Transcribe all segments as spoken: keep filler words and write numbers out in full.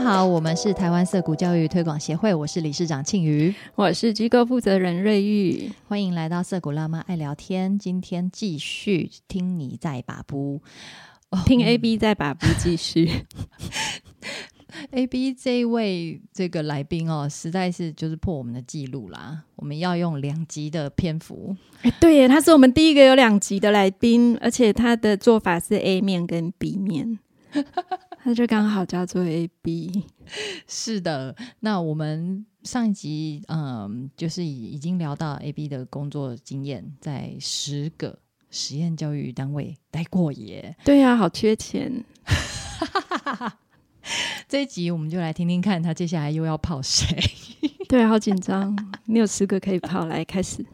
好，我们是台湾色谷教育推广协会，我是理事长庆瑜， 我是机构负责人瑞玉， 欢迎来到色谷辣妈爱聊天。今天继续听你在把布， 听 A B 在把布继续。 A B 这一位这个来宾哦，实在是就是破我们的记录啦。我们要用两集的篇幅， 欸、对耶，他是我们第一个有两集的来宾，而且他的做法是 A 面跟 B 面，他就刚好叫做 A B。 是的，那我们上一集嗯，就是已经聊到 A B 的工作经验，在十个实验教育单位待过耶。 对啊，好缺钱。 这一集我们就来听听看他接下来又要泡谁。 对啊，好紧张。你有十个可以泡，来开始。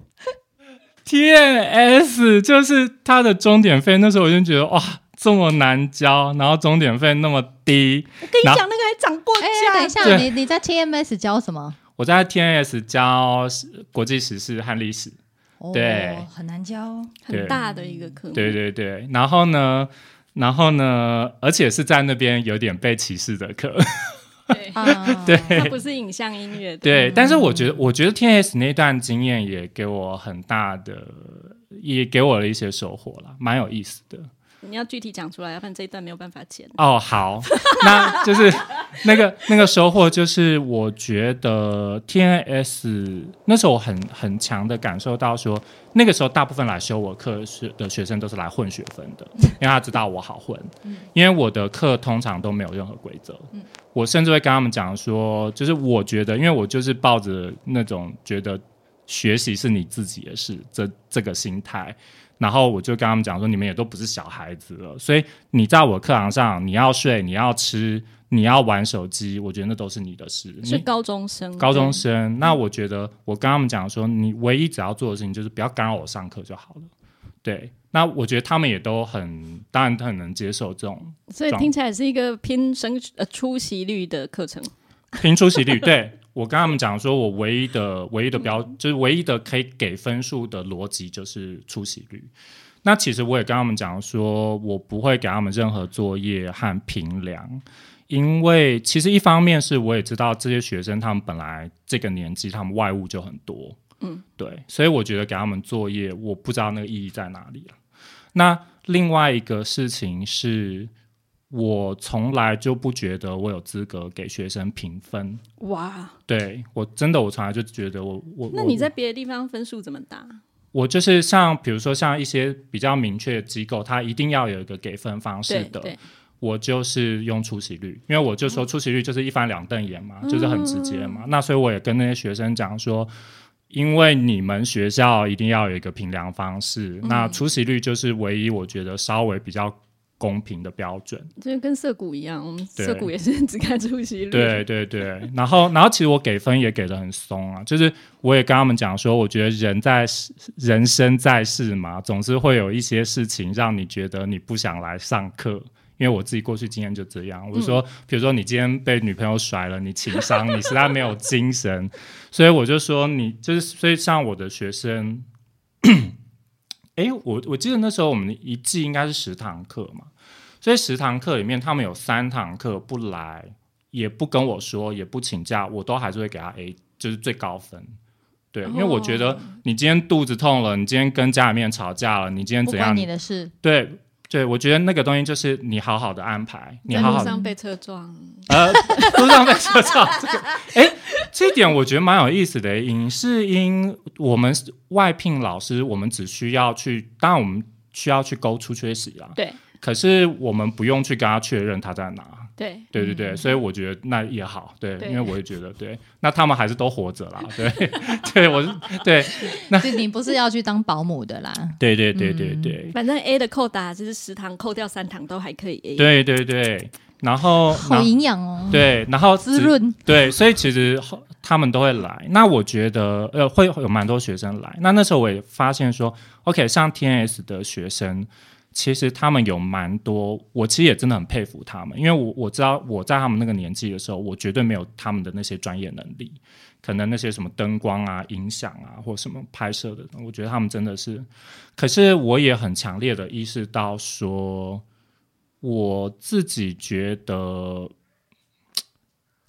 T N S 就是他的钟点费，那时候我就觉得哇，这么难教，然后钟点费那么低。 我跟你讲，那个还涨过价。 欸、等一下，你你在 T M S 教什么？ 我在 T N S 教国际时事和历史。 哦、 对， 很难教， 很大的一个科目。 对对对，然后呢？然后呢，而且是在那边有点被歧视的课。 对， 啊、 对， 它不是影像音乐的。 对，但是我觉得，我觉得 T N S 那段经验也给我很大的，也给我了一些收获啦，蛮有意思的。 你要具体讲出来，要不然这一段没有办法剪。 哦，好，那就是那个那个收获，就是我觉得 T N S 那时候我很很强的感受到说，那个时候大部分来修我课的学生都是来混学分的，因为他知道我好混，因为我的课通常都没有任何规则，我甚至会跟他们讲说，就是我觉得，因为我就是抱着那种觉得学习是你自己的事这这个心态。然后我就跟他们讲说，你们也都不是小孩子了，所以你在我课堂上，你要睡，你要吃，你要玩手机，我觉得那都是你的事。 是高中生， 高中生。那我觉得我跟他们讲说，你唯一只要做的事情就是不要干扰我上课就好了。对，那我觉得他们也都很，当然很能接受这种。 所以听起来是一个拼升呃出席率的课程。 拼出席率，对。我跟他们讲说，我唯一的唯一的标，就是唯一的可以给分数的逻辑就是出席率。那其实我也跟他们讲说，我不会给他们任何作业和评量，因为其实一方面是我也知道这些学生他们本来这个年纪他们外务就很多，嗯，对，所以我觉得给他们作业，我不知道那个意义在哪里了。那另外一个事情是，我从来就不觉得我有资格给学生评分。 哇， 对，我真的我从来就觉得我我那你在别的地方分数怎么打？ 我就是像比如说像一些比较明确的机构，它一定要有一个给分方式的，我就是用出席率，因为我就说出席率就是一翻两瞪眼嘛，嗯、就是很直接嘛。那所以我也跟那些学生讲说，因为你们学校一定要有一个评量方式，嗯、那出席率就是唯一我觉得稍微比较公平的标准， 就跟社谷一样，我们社谷也是只看出席率。 对对对，然后然后其实我给分也给得很松啊，就是我也跟他们讲说，我觉得人在人生在世嘛，总是会有一些事情让你觉得你不想来上课，因为我自己过去经验就这样。我就说，比如说你今天被女朋友甩了，你情商，你实在没有精神，所以我就说你就是，所以像我的学生。哎，我我记得那时候我们一季应该是十堂课嘛，所以十堂课里面他们有三堂课不来，也不跟我说，也不请假，我都还是会给他 A， 就是最高分。对，因为我觉得你今天肚子痛了，你今天跟家里面吵架了，你今天怎样？ 不关你的事。 对对，我觉得那个东西就是你好好的安排，你好好在路上被车撞， 呃，路上被车撞，这个哎。这一点我觉得蛮有意思的，影视音我们外聘老师，我们只需要去，当然我们需要去勾出缺席啦， 对， 可是我们不用去跟他确认他在哪， 对， 对对对，嗯、所以我觉得那也好，对，对因为我也觉得对，那他们还是都活着啦，对，对我是对，那你不是要去当保姆的啦， 对对对对对， 嗯、反正 A 的扣打就是十堂扣掉三堂都还可以 A， 对对对。然后好营养哦， 对，然后滋润， 对，所以其实他们都会来。那我觉得呃会有蛮多学生来。那那时候我也发现说 ，OK， 像 T N S 的学生，其实他们有蛮多，我其实也真的很佩服他们，因为我我知道我在他们那个年纪的时候，我绝对没有他们的那些专业能力，可能那些什么灯光啊、音响啊，或什么拍摄的，我觉得他们真的是。可是我也很强烈的意识到说。我自己觉得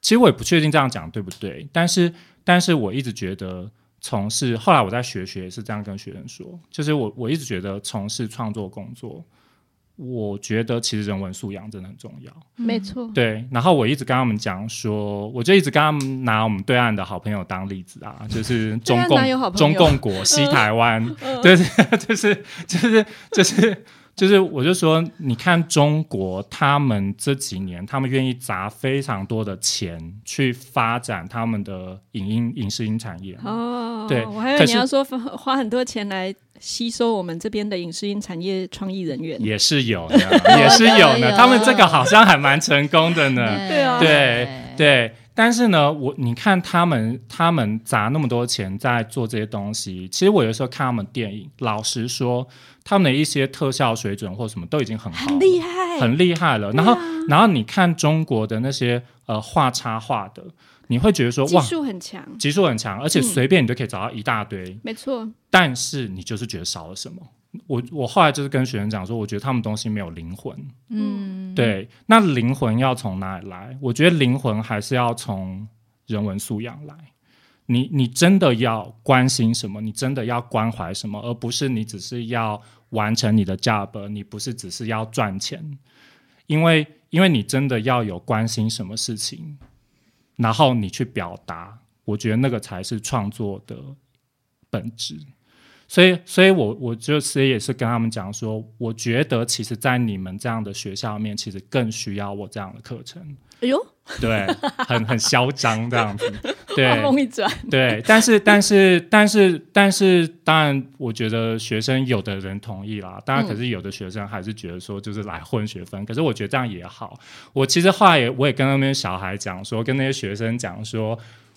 其实我也不确定这样讲对不对，但是但是我一直觉得从事，后来我在学学也是这样跟学生说，就是我我一直觉得从事创作工作，我觉得其实人文素养真的很重要， 没错。 对，然后我一直跟他们讲说，我就一直跟他们拿我们对岸的好朋友当例子啊，就是中共中共国西台湾，对，就是就是就是就是，我就说，你看中国，他们这几年，他们愿意砸非常多的钱去发展他们的影音影视音产业。 哦， 对， 我还以为你要说花很多钱来吸收我们这边的影视音产业创意人员， 也是有的，也是有的。他们这个好像还蛮成功的呢。 对啊， 对对。但是呢，我你看他们，他们砸那么多钱在做这些东西，其实我有时候看他们电影，老实说，他们的一些特效水准或什么都已经很好了， 很厉害， 很厉害了。然后，啊、然后你看中国的那些呃画插画的，你会觉得说哇， 技术很强， 技术很强，而且随便你都可以找到一大堆， 嗯、没错。 但是你就是觉得少了什么。我我后来就是跟学生讲说，我觉得他们东西没有灵魂。嗯，对。那灵魂要从哪里来？我觉得灵魂还是要从人文素养来。你你真的要关心什么？你真的要关怀什么？而不是你只是要完成你的 job， 你不是只是要赚钱。因为因为你真的要有关心什么事情，然后你去表达，我觉得那个才是创作的本质。所以，所以我我就是也是跟他们讲说，我觉得其实，在你们这样的学校里面，其实更需要我这样的课程。 哎呦， 对，很很嚣张这样子，对， 话锋一转， 对，但是但是但是但是，当然，我觉得学生有的人同意啦，当然，可是有的学生还是觉得说，就是来混学分。嗯、可是我觉得这样也好。我其实后来也我也跟那边小孩讲说，跟那些学生讲说。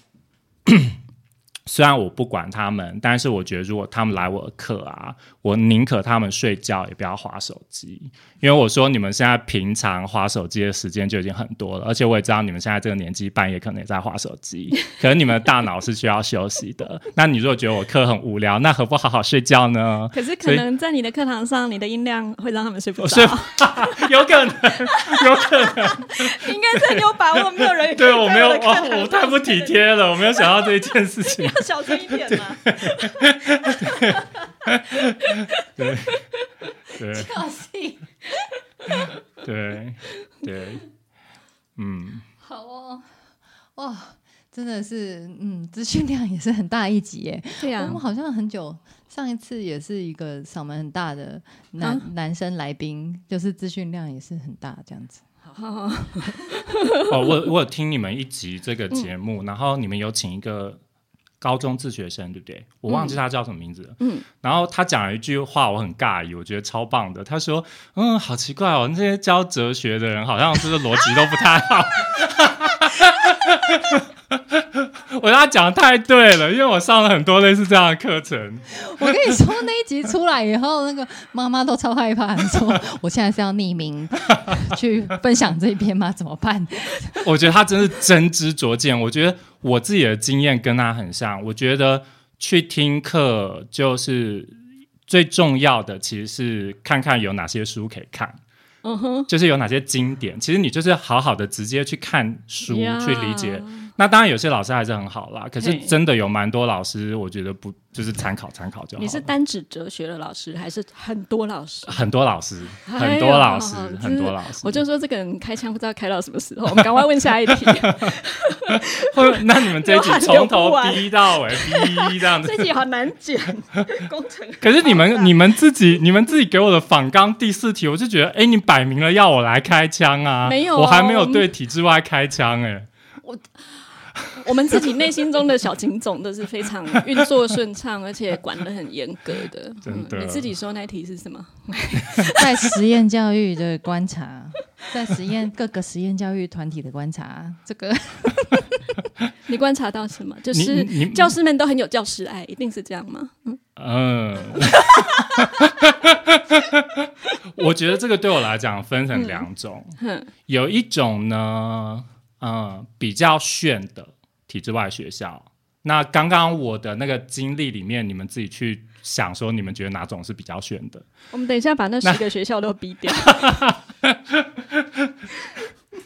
虽然我不管他们，但是我觉得如果他们来我的课啊，我宁可他们睡觉也不要滑手机，因为我说你们现在平常滑手机的时间就已经很多了，而且我也知道你们现在这个年纪半夜可能也在滑手机，可是你们的大脑是需要休息的。那你如果觉得我课很无聊，那何不好好睡觉呢？ 可是可能在你的课堂上，你的音量会让他们睡不着， 有可能，有可能。 应该是很有把握，没有人对我没有，我我太不体贴了，我没有想到这一件事情。 要小声一点嘛。 对对， 跳戏， 对对，嗯， 好哦，哇，真的是，嗯，资讯量也是很大一集耶。 对啊， 我们好像很久，上一次也是一个嗓门很大的男、啊、男生来宾，就是资讯量也是很大这样子。 哦，我我有听你们一集这个节目，嗯、然后你们有请一个高中自学生，对不对？我忘记他叫什么名字了。嗯，然后他讲了一句话，我很尬意，我觉得超棒的。他说：“嗯，好奇怪哦，那些教哲学的人好像就是逻辑都不太好。”我觉得他讲的太对了，因为我上了很多类似这样的课程。 我跟你说，那一集出来以后，那个妈妈都超害怕，说我现在是要匿名去分享这一篇吗？怎么办？ 我觉得他真是真知灼见。我觉得我自己的经验跟他很像。我觉得去听课就是最重要的，其实是看看有哪些书可以看。嗯哼，就是有哪些经典，其实你就是好好的直接去看书、yeah. 去理解。那当然有些老师还是很好啦，可是真的有蛮多老师我觉得不就是参考参考就好了。 你是单指哲学的老师还是很多老师？ 很多老师，很多老师，很多老师。 我就说这个人开枪不知道开到什么时候，我们赶快问下一题。 那你们这一集从头逼到尾，逼这样子， 这集好难剪，工程。 可是你们你们自己你们自己给我的访纲第四题，我就觉得，哎，你摆明了要我来开枪啊！ 没有， 我还没有对体制外开枪哎、欸。 我我们自己内心中的小警总都是非常运作顺畅，而且管得很严格的。 真的、 嗯，你自己说那题是什么？ 在实验教育的观察，在实验各个实验教育团体的观察，这个你观察到什么？就是教师们都很有教师爱，一定是这样吗？嗯。嗯我觉得这个对我来讲分成两种、嗯，有一种呢。嗯，比较炫的体制外学校。那刚刚我的那个经历里面，你们自己去想说，你们觉得哪种是比较炫的？ 我们等一下把那十个学校都逼掉。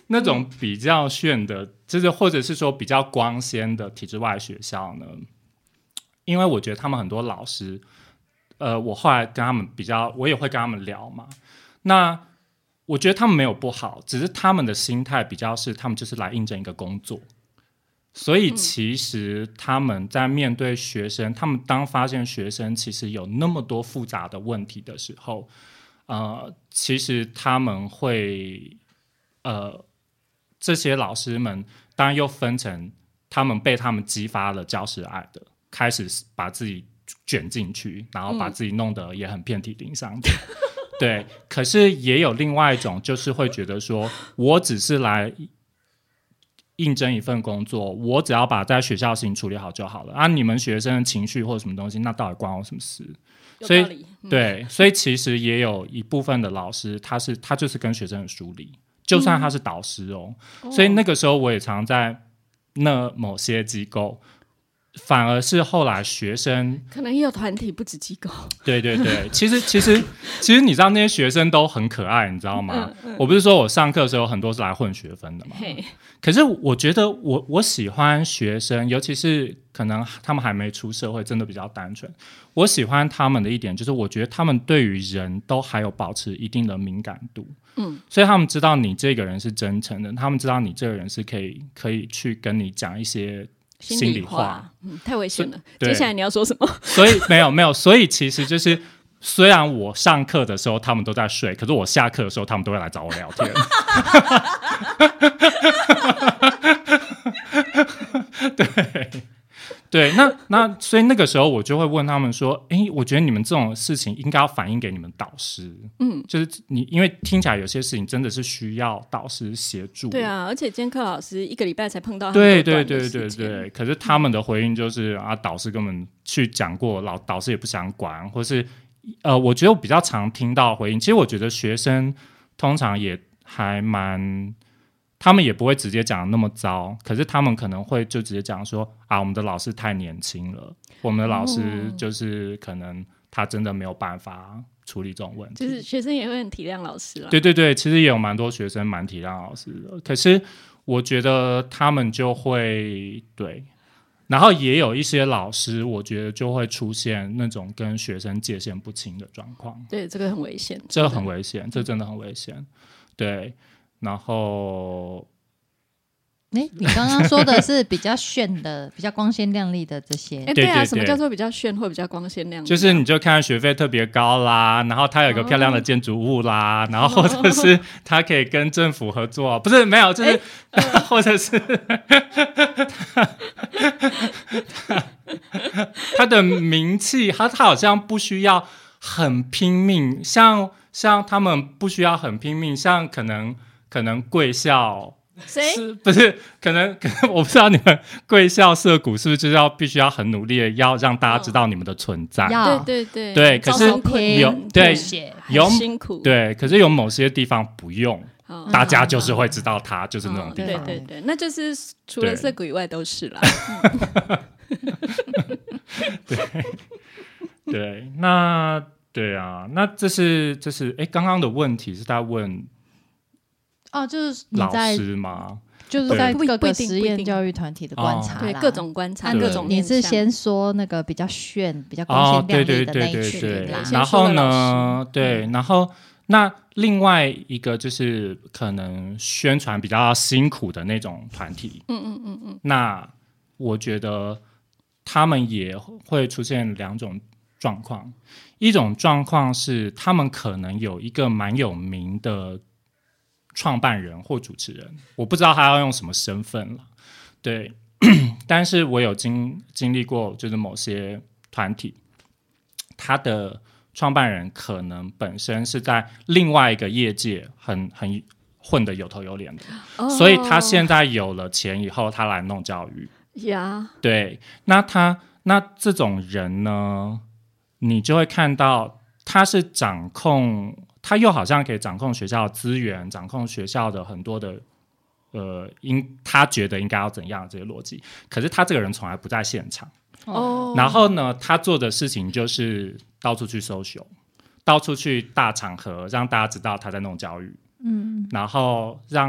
那种比较炫的，就是或者是说比较光鲜的体制外学校呢，因为我觉得他们很多老师，呃，我后来跟他们比较，我也会跟他们聊嘛。那我觉得他们没有不好，只是他们的心态比较是，他们就是来应征一个工作。所以其实他们在面对学生，嗯、他们当发现学生其实有那么多复杂的问题的时候，呃，其实他们会，呃，这些老师们当然又分成他们被他们激发了教师爱的，开始把自己卷进去，然后把自己弄得也很遍体鳞伤的。嗯对，可是也有另外一种，就是会觉得说，我只是来应征一份工作，我只要把在学校的事情处理好就好了啊！你们学生的情绪或者什么东西，那到底关我什么事？所以，嗯、对，所以其实也有一部分的老师，他是他就是跟学生很疏离，就算他是导师哦。嗯、所以那个时候我也常在那某些机构。反而是后来学生可能也有团体，不止机构。 对对对，其实其实其实你知道那些学生都很可爱，你知道吗？嗯嗯、我不是说我上课的时候很多是来混学分的嘛。可是我觉得我我喜欢学生，尤其是可能他们还没出社会，真的比较单纯。我喜欢他们的一点就是，我觉得他们对于人都还有保持一定的敏感度。嗯，所以他们知道你这个人是真诚的，他们知道你这个人是可以可以去跟你讲一些。心里话, 心里话、嗯、太危险了。接下来你要说什么？ 所以没有没有，所以其实就是虽然我上课的时候他们都在睡，可是我下课的时候他们都会来找我聊天。对对，那那所以那个时候我就会问他们说，哎，我觉得你们这种事情应该要反映给你们导师，嗯，就是你因为听起来有些事情真的是需要导师协助。 对啊，而且监课老师一个礼拜才碰到他们， 对对对对对，可是他们的回应就是、嗯、啊，导师根本去讲过，老导师也不想管，或是呃，我觉得我比较常听到回应，其实我觉得学生通常也还蛮。他们也不会直接讲那么糟，可是他们可能会就直接讲说啊，我们的老师太年轻了，我们的老师就是可能他真的没有办法处理这种问题。 就是学生也会很体谅老师啦。 对对对，其实也有蛮多学生蛮体谅老师的，可是我觉得他们就会对，然后也有一些老师，我觉得就会出现那种跟学生界限不清的状况。 对，这个很危险， 这很危险，这真的很危险。对。然后， 哎，你刚刚说的是比较炫的、比较光鲜亮丽的这些。 哎，对啊，什么叫做比较炫或比较光鲜亮丽？ 就是你就看学费特别高啦，然后它有一个漂亮的建筑物啦，哦、然后或者是它可以跟政府合作，不是没有，就是、呃、或者是它的名气，它它好像不需要很拼命，像像他们不需要很拼命，像可能。可能贵校是不是可能可能我不知道你们贵校社股是不是就是要必须要很努力的要让大家知道你们的存在？ 哦、对对对对，可是有对有辛苦对，可是有某些地方不用，哦、大家就是会知道它、哦、就是那种地方。 对对对，那就是除了社股以外都是啦。 对对，那对啊，那这是这是哎，刚刚的问题是在问。 哦，就是你在老师吗？ 就是在各个实验教育团体的观察啦， 对各种观察，各种你是先说那个比较炫、比较光鲜亮丽的那一群啦， 然后呢，对，然后那另外一个就是可能宣传比较辛苦的那种团体，嗯嗯嗯嗯，那我觉得他们也会出现两种状况，一种状况是他们可能有一个蛮有名的。创办人或主持人，我不知道他要用什么身份了，对，但是我有经经历过，就是某些团体，他的创办人可能本身是在另外一个业界很很混得有头有脸的，哦、所以他现在有了钱以后，他来弄教育， 呀， 对，那他那这种人呢，你就会看到他是掌控。他又好像可以掌控学校的资源，掌控学校的很多的，呃，应他觉得应该要怎样的这些逻辑。可是他这个人从来不在现场，哦。然后呢，他做的事情就是到处去social，到处去大场合让大家知道他在弄教育，嗯。然后让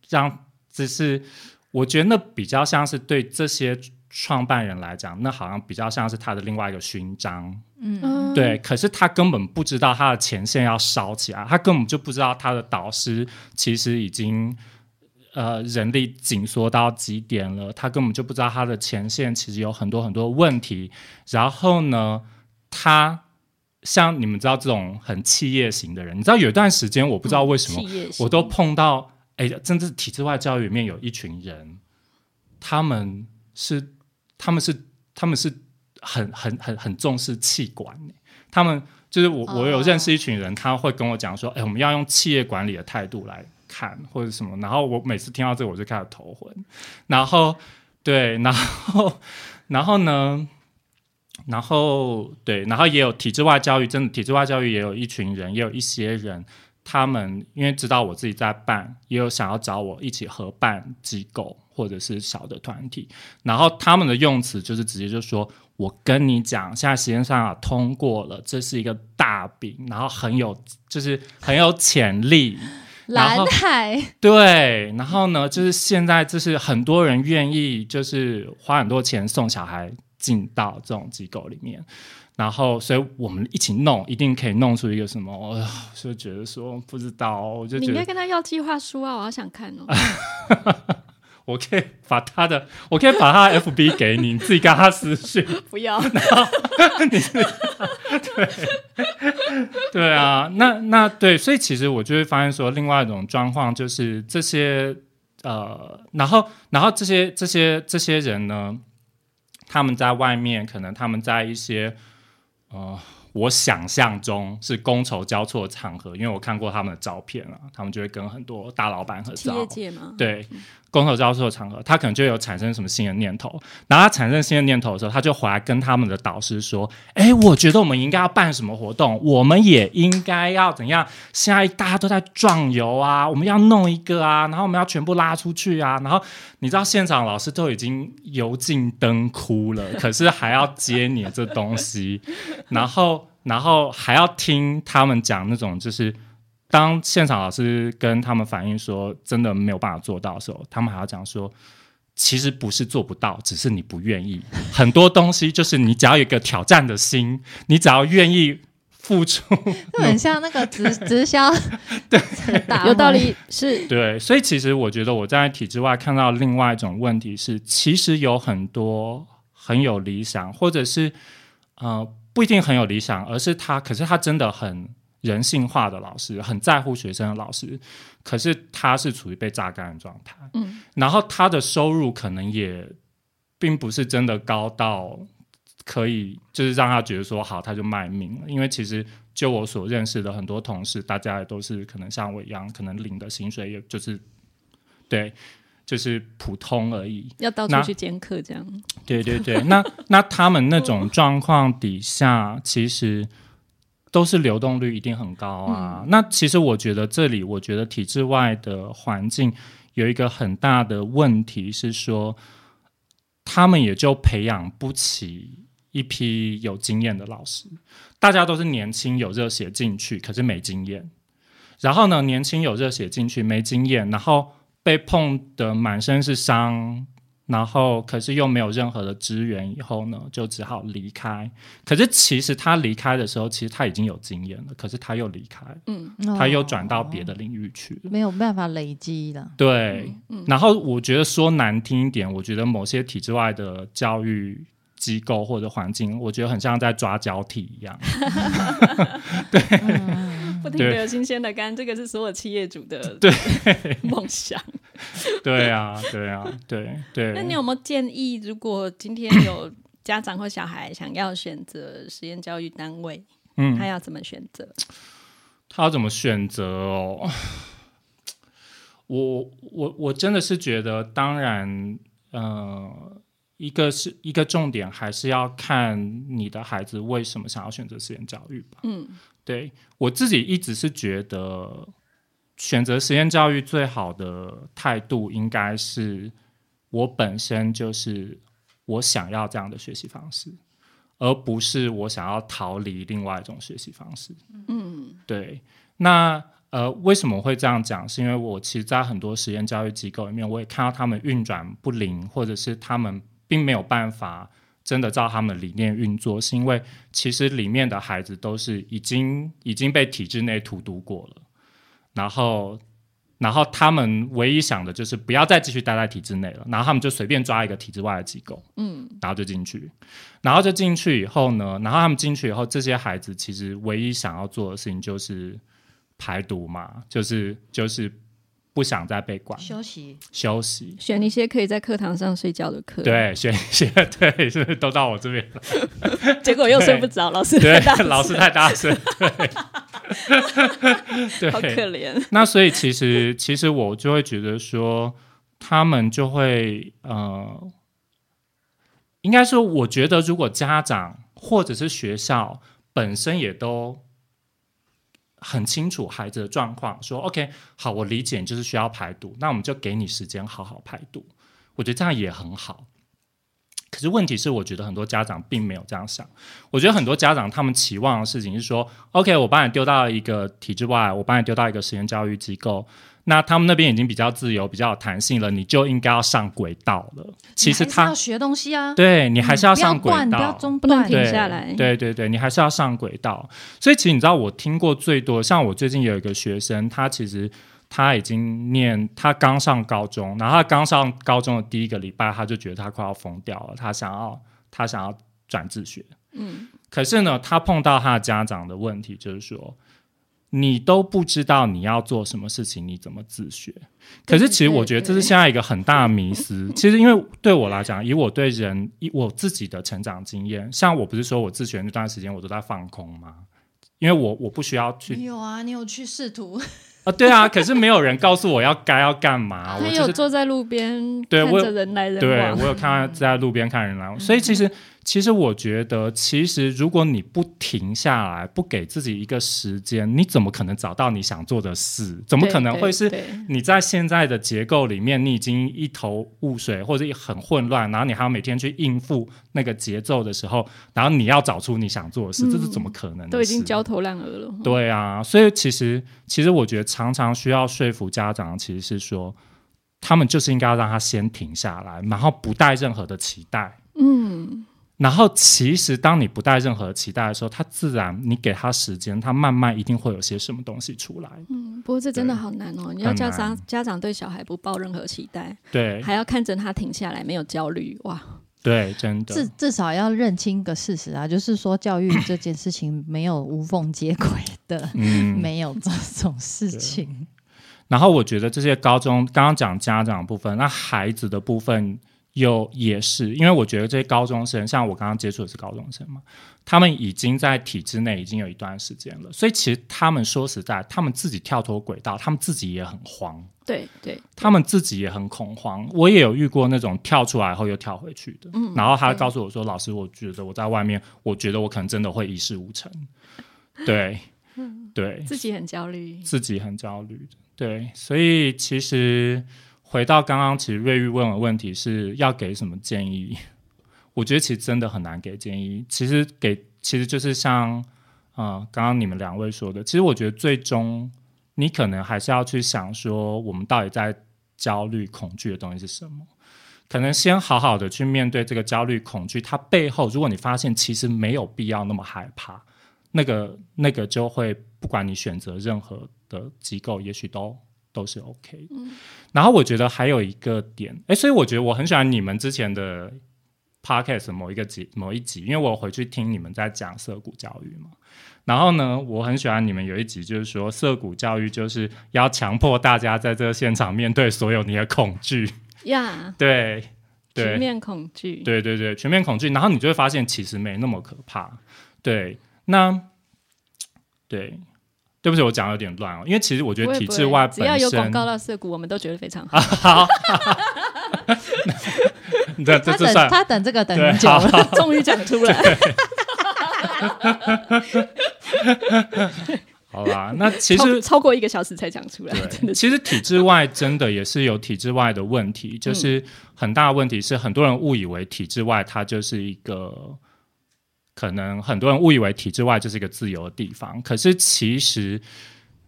让只是我觉得那比较像是对这些创办人来讲，那好像比较像是他的另外一个勋章。 嗯， 对，可是他根本不知道他的前线要烧起来，他根本就不知道他的导师其实已经呃人力紧缩到极点了，他根本就不知道他的前线其实有很多很多问题。然后呢，他像你们知道这种很企业型的人，你知道有一段时间我不知道为什么、 嗯、 我都碰到，哎，甚至体制外教育里面有一群人，他们是他们是他们是很很很很重视企管，他们就是我我有认识一群人，他会跟我讲说，哎，我们要用企业管理的态度来看或者什么，然后我每次听到这个我就开始头昏，然后对，然后然后呢，然后对，然后也有体制外教育，真的体制外教育也有一群人，也有一些人，他们因为知道我自己在办，也有想要找我一起合办机构或者是小的团体，然后他们的用词就是直接就说，我跟你讲，现在实验上啊通过了，这是一个大饼，然后很有就是很有潜力。 蓝海对，然后呢，就是现在就是很多人愿意就是花很多钱送小孩进到这种机构里面，然后所以我们一起弄，一定可以弄出一个什么，我就觉得说不知道，我就觉得你应该跟他要计划书啊，我好想看哦。 我可以把他的，我可以把他的 F B 给你，你自己跟他私讯。 不要， 你自己对对啊，那那对，所以其实我就会发现说，另外一种状况就是这些呃，然后然后这些这些这些人呢，他们在外面可能他们在一些呃。我想象中是觥筹交错的场合，因为我看过他们的照片啊，他们就会跟很多大老板合照。 企业界吗？ 对，觥筹交错的场合，他可能就有产生什么新的念头，然后他产生新的念头的时候，他就回来跟他们的导师说：“哎，我觉得我们应该要办什么活动，我们也应该要怎样？现在大家都在壮游啊，我们要弄一个啊，然后我们要全部拉出去啊，然后你知道现场老师都已经油尽灯枯了，可是还要接你这东西，然后。”然后还要听他们讲那种，就是当现场老师跟他们反映说真的没有办法做到的时候，他们还要讲说，其实不是做不到，只是你不愿意。很多东西就是你只要有一个挑战的心，你只要愿意付出， 就很像那个直直销， 对， 有道理，是对。所以其实我觉得我在体制外看到另外一种问题是，其实有很多很有理想，或者是呃。不一定很有理想，而是他，可是他真的很人性化的老师，很在乎学生的老师，可是他是处于被榨干的状态，嗯，然后他的收入可能也并不是真的高到可以，就是让他觉得说好，他就卖命了。因为其实就我所认识的很多同事，大家也都是可能像我一样，可能领的薪水也就是对。就是普通而已， 要到处去兼课这样。 对对对，那那他们那种状况底下，其实都是流动率一定很高啊。嗯、那其实我觉得这里，我觉得体制外的环境有一个很大的问题是说，他们也就培养不起一批有经验的老师。大家都是年轻有热血进去，可是没经验。然后呢，年轻有热血进去没经验，然后被碰得满身是伤，然后可是又没有任何的资源，以后呢就只好离开。可是其实他离开的时候，其实他已经有经验了，可是他又离开，嗯，他又转到别的领域去了， 没有办法累积的。 对、嗯嗯，然后我觉得说难听一点，我觉得某些体制外的教育机构或者环境，我觉得很像在抓交替一样。对。嗯不停的有新鲜的肝，这个是所有企业主的梦想。 对啊，对啊，对对。 那你有没有建议，如果今天有家长或小孩想要选择实验教育单位，嗯，他要怎么选择？ 他要怎么选择哦？我我我真的是觉得，当然，呃，一个是一个重点，还是要看你的孩子为什么想要选择实验教育吧。嗯。对，我自己一直是觉得选择实验教育最好的态度应该是我本身就是我想要这样的学习方式，而不是我想要逃离另外一种学习方式。嗯，对。那呃，为什么会这样讲？是因为我其实在很多实验教育机构里面，我也看到他们运转不灵，或者是他们并没有办法真的照他们的理念运作，是因为其实里面的孩子都是已经已经被体制内荼毒过了，然后然后他们唯一想的就是不要再继续待在体制内了，然后他们就随便抓一个体制外的机构，嗯，然后就进去，然后就进去以后呢，然后他们进去以后，这些孩子其实唯一想要做的事情就是排毒嘛，就是就是不想再被管， 休息休息， 选一些可以在课堂上睡觉的课， 对，选一些对，是不是都到我这边了？ 结果又睡不着，老师对太大声， 老师太大声，对，对， 好可怜。 那所以其实其实我就会觉得说，他们就会呃，应该说，我觉得如果家长或者是学校本身也都很清楚孩子的状况，说 OK 好，我理解你就是需要排毒，那我们就给你时间好好排毒，我觉得这样也很好。可是问题是我觉得很多家长并没有这样想，我觉得很多家长他们期望的事情是说 OK 我把你丢到一个体制外，我把你丢到一个实验教育机构，那他们那边已经比较自由比较有弹性了，你就应该要上轨道了。其实他你还是要学东西啊， 对你还是要上轨道， 嗯、不要断不要中不能断， 停下来。 对对对，你还是要上轨道。所以其实你知道我听过最多，像我最近有一个学生，他其实他已经念，他刚上高中，然后他刚上高中的第一个礼拜，他就觉得他快要疯掉了，他想要他想要转自学。嗯，可是呢，他碰到他的家长的问题，就是说，你都不知道你要做什么事情，你怎么自学？可是其实我觉得这是现在一个很大的迷思。其实因为对我来讲，以我对人以我自己的成长经验，像我不是说我自学那段时间我都在放空吗？因为我我不需要去。 你有啊，你有去试图啊，对啊，可是没有人告诉我要该要干嘛。 他我就是有坐在路边对看着人来人对往， 我有看到在路边看人来往，所以其实其实我觉得，其实如果你不停下来，不给自己一个时间，你怎么可能找到你想做的事？怎么可能会是你在现在的结构里面，你已经一头雾水或者很混乱，然后你还要每天去应付那个节奏的时候，然后你要找出你想做的事，嗯、这是怎么可能的事？ 都已经焦头烂额了。 对啊，所以其实其实我觉得常常需要说服家长，其实是说他们就是应该要让他先停下来，然后不带任何的期待。嗯。然后其实当你不带任何期待的时候，他自然你给他时间，他慢慢一定会有些什么东西出来。 嗯，不过这真的好难哦，你要家长家长对小孩不抱任何期待， 对， 还要看着他停下来，没有焦虑，哇， 对，真的至至少要认清个事实啊，就是说教育这件事情没有无缝接轨的，嗯、没有这种事情。 然后我觉得这些高中刚刚讲家长的部分，那孩子的部分又也是，因为我觉得这些高中生，像我刚刚接触的是高中生嘛，他们已经在体制内已经有一段时间了，所以其实他们说实在，他们自己跳脱轨道，他们自己也很慌， 对对， 他们自己也很恐慌。我也有遇过那种跳出来后又跳回去的，嗯、然后他告诉我说：“老师，我觉得我在外面，我觉得我可能真的会一事无成。”对，对， 自己很焦虑， 自己很焦虑，对，所以其实。回到刚刚，其实瑞玉问的问题是要给什么建议？我觉得其实真的很难给建议。其实给其实就是像呃刚刚你们两位说的，其实我觉得最终你可能还是要去想说，我们到底在焦虑、恐惧的东西是什么？可能先好好的去面对这个焦虑、恐惧，它背后，如果你发现其实没有必要那么害怕，那个那个就会不管你选择任何的机构，也许都。都是 OK 的、嗯、然后我觉得还有一个点，诶，所以我觉得我很喜欢你们之前的 podcast 某一个集某一集，因为我回去听你们在讲色谷教育嘛，然后呢我很喜欢你们有一集就是说色谷教育就是要强迫大家在这个现场面对所有你的恐惧呀、yeah, 对对， 全面恐惧， 对对对，全面恐惧，然后你就会发现其实没那么可怕。对，那对对不起，我讲的有点乱哦，因为其实我觉得体制外本身只要有广告到涩谷，我们都觉得非常好。 好，这这这算他等这个等很久了， 终于讲出来。 好啦，那其实超, 超过一个小时才讲出来。真的其实体制外真的也是有体制外的问题，就是很大的问题是很多人误以为体制外它就是一个。可能很多人误以为体制外就是一个自由的地方，可是其实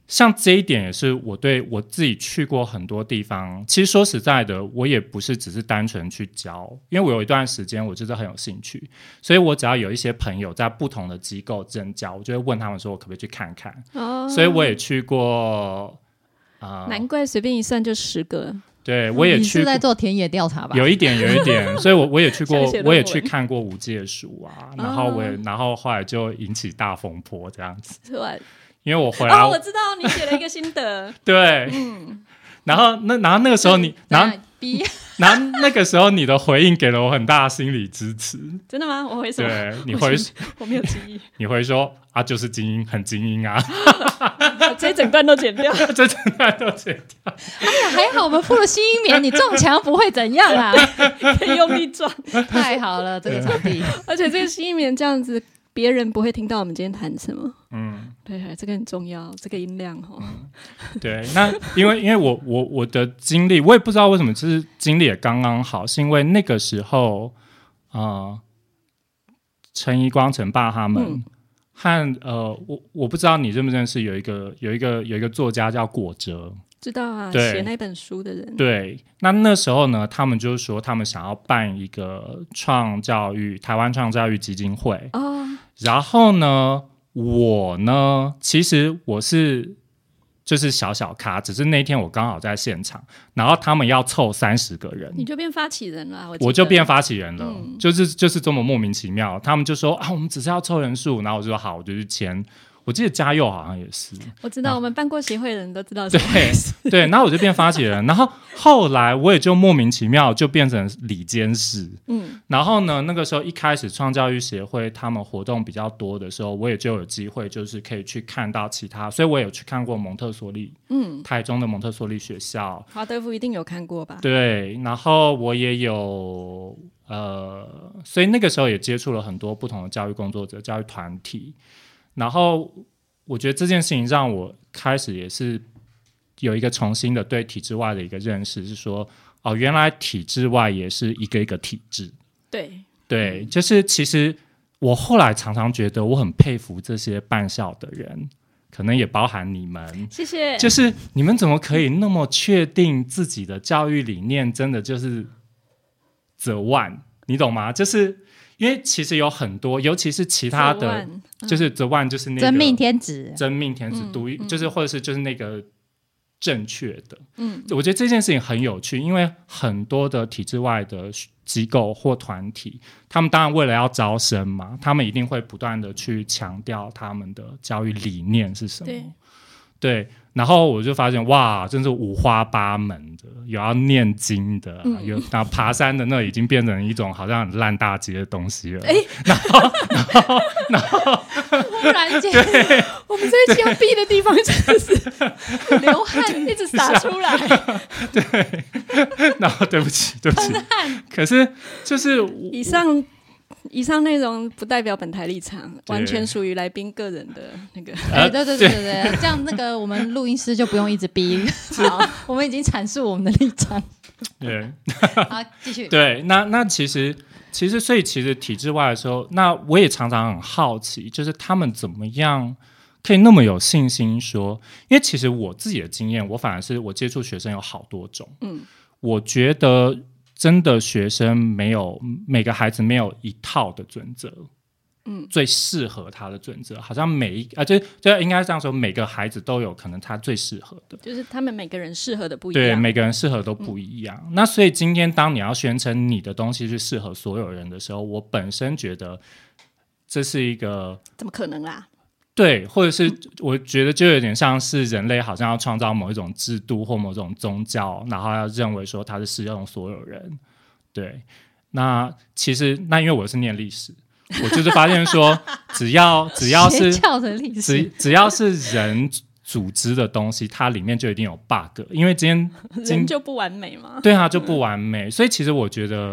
像这一点也是我对我自己去过很多地方，其实说实在的，我也不是只是单纯去教，因为我有一段时间我就是很有兴趣，所以我只要有一些朋友在不同的机构任教，我就会问他们说我可不可以去看看。哦，所以我也去过、呃、 难怪随便一算就十个。 对，我也去、嗯、 你是在做田野调查吧？ 有一点有一点所以 我, 我也去过我也去看过无界书啊，然后我也、哦、然后后来就引起大风波这样子。因为我回来哦，我知道你写了一个心得对、嗯、然后那然后那个时候你然后然后那个时候你的回应给了我很大的心理支持。 真的吗？我回什么？ 对，你回我, 我没有记忆。 你回说啊，就是精英，很精英啊。 这整段都剪掉。 这整段都剪掉。 哎呀，还好我们敷了新音棉，你撞墙不会怎样啊。 可以用力撞。 太好了，这个场地。 而且这个新音棉这样子，别人不会听到我们今天谈什么。嗯，对，这个很重要，这个音量哦。 嗯、对，那因为因为我我我的经历，我也不知道为什么，就是经历也刚刚好，是因为那个时候啊，呃、陈怡光、陈爸他们、嗯、和呃，我我不知道你认不认识有一个有一个有一个作家叫果哲。 知道啊，写那本书的人。 对，那那时候呢，他们就是说他们想要办一个创教育台湾创教育基金会。哦，然后呢，我呢，其实我是就是小小咖，只是那天我刚好在现场，然后他们要凑三十个人， 你就变发起人了。我, 我就变发起人了，嗯、就是就是这么莫名其妙。他们就说啊，我们只是要凑人数，然后我就说好，我就去签。我记得嘉佑好像也是， 我知道，我们办过协会的人都知道什么意思。 对对，然后我就变发起人，然后后来我也就莫名其妙就变成理监事。嗯，然后呢，那个时候一开始创教育协会他们活动比较多的时候，我也就有机会就是可以去看到其他，所以我也有去看过蒙特梭利，嗯，台中的蒙特梭利学校， 华德福一定有看过吧？ 对，然后我也有呃，所以那个时候也接触了很多不同的教育工作者、教育团体。然后我觉得这件事情让我开始也是有一个重新的对体制外的一个认识，是说哦，原来体制外也是一个一个体制。 对对，就是其实我后来常常觉得我很佩服这些办校的人，可能也包含你们。 谢谢。 就是你们怎么可以那么确定自己的教育理念真的就是 the one， 你懂吗？就是因为其实有很多，尤其是其他的，嗯、就是 the one 就是那个真命天子， 真命天子独一、嗯，就是或者是就是那个正确的。嗯，我觉得这件事情很有趣，因为很多的体制外的机构或团体，他们当然为了要招生嘛，他们一定会不断的去强调他们的教育理念是什么。对。对，然后我就发现哇，真是五花八门的，有要念经的、啊嗯，有那爬山的，那已经变成一种好像很烂大街的东西了。然后，然后，然后， 忽然间，我们这一期要避的地方真的是流汗一直洒出来。 对，然后对不起，对不起，可是就是以上。以上内容不代表本台立场，完全属于来宾个人的那个。 哎，对对对对对，这样那个我们录音师就不用一直逼。好，我们已经阐述我们的立场。 对， 好，继续。 对，那那其实其实所以其实体制外的时候，那我也常常很好奇，就是他们怎么样可以那么有信心说，因为其实我自己的经验，我反而是我接触学生有好多种。嗯，我觉得。真的学生没有每个孩子没有一套的准则，嗯，最适合他的准则，好像每一啊，就就应该这样说，每个孩子都有可能他最适合的， 就是他们每个人适合的不一样， 对，每个人适合都不一样。嗯、那所以今天当你要宣称你的东西是适合所有人的时候，我本身觉得这是一个怎么可能啦？ 对，或者是我觉得就有点像是人类好像要创造某一种制度或某种宗教，然后要认为说它是适用所有人。对，那其实那因为我是念历史，我就是发现说只要只要是只只要是人组织的东西，它里面就一定有 bug， 因为今天人就不完美嘛。 对啊，就不完美。所以其实我觉得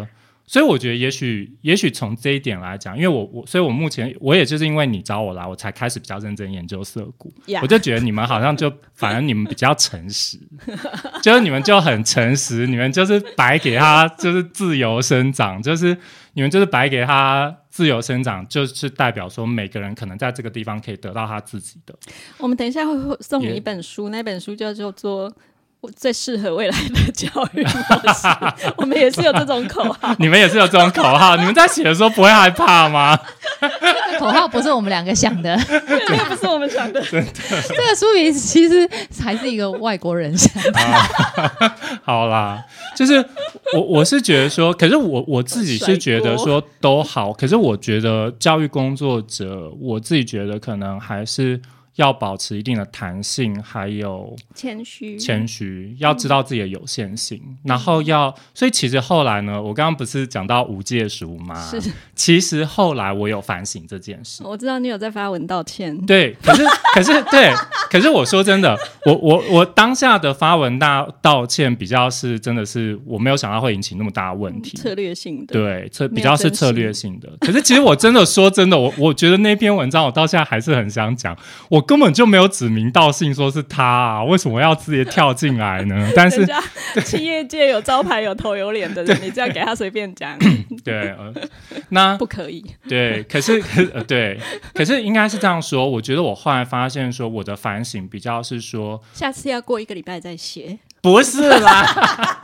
所以我觉得也许也许从这一点来讲，因为我我所以我目前我也就是因为你找我来，我才开始比较认真研究色股。Yeah. 我就觉得你们好像就反而你们比较诚实，就是你们就很诚实，你们就是摆给他就是自由生长，就是你们就是摆给他自由生长，就是代表说每个人可能在这个地方可以得到他自己的。 我们等一下会送你一本书，那本书叫做最适合未来的教育模式。我们也是有这种口号。 你们也是有这种口号？你们在写的时候不会害怕吗？ 口号不是我们两个想的， 这个不是我们想的。 真的， 这个书名其实还是一个外国人想的。 啊、好啦，就是我我是觉得说，可是我我自己是觉得说都好，可是我觉得教育工作者，我自己觉得可能还是要保持一定的弹性，还有谦虚， 谦虚，要知道自己的有限性，嗯、然后要，所以其实后来呢，我刚刚不是讲到无界书吗？ 是， 其实后来我有反省这件事。 我知道你有在发文道歉， 对，可是可是对，可是我说真的，我我我当下的发文大道歉比较是真的是我没有想到会引起那么大的问题， 嗯、策略性的， 对，策比较是策略性的。可是其实我真的说真的，我我觉得那篇文章我到现在还是很想讲，我根本就没有指名道姓说是他啊，为什么要直接跳进来呢？但是企业界有招牌有头有脸的人，你这样给他随便讲， 对、呃，那不可以。 对，可是可、呃、对，可是应该是这样说。我觉得我后来发现说，我的反省比较是说， 下次要过一个礼拜再写， 不是啦。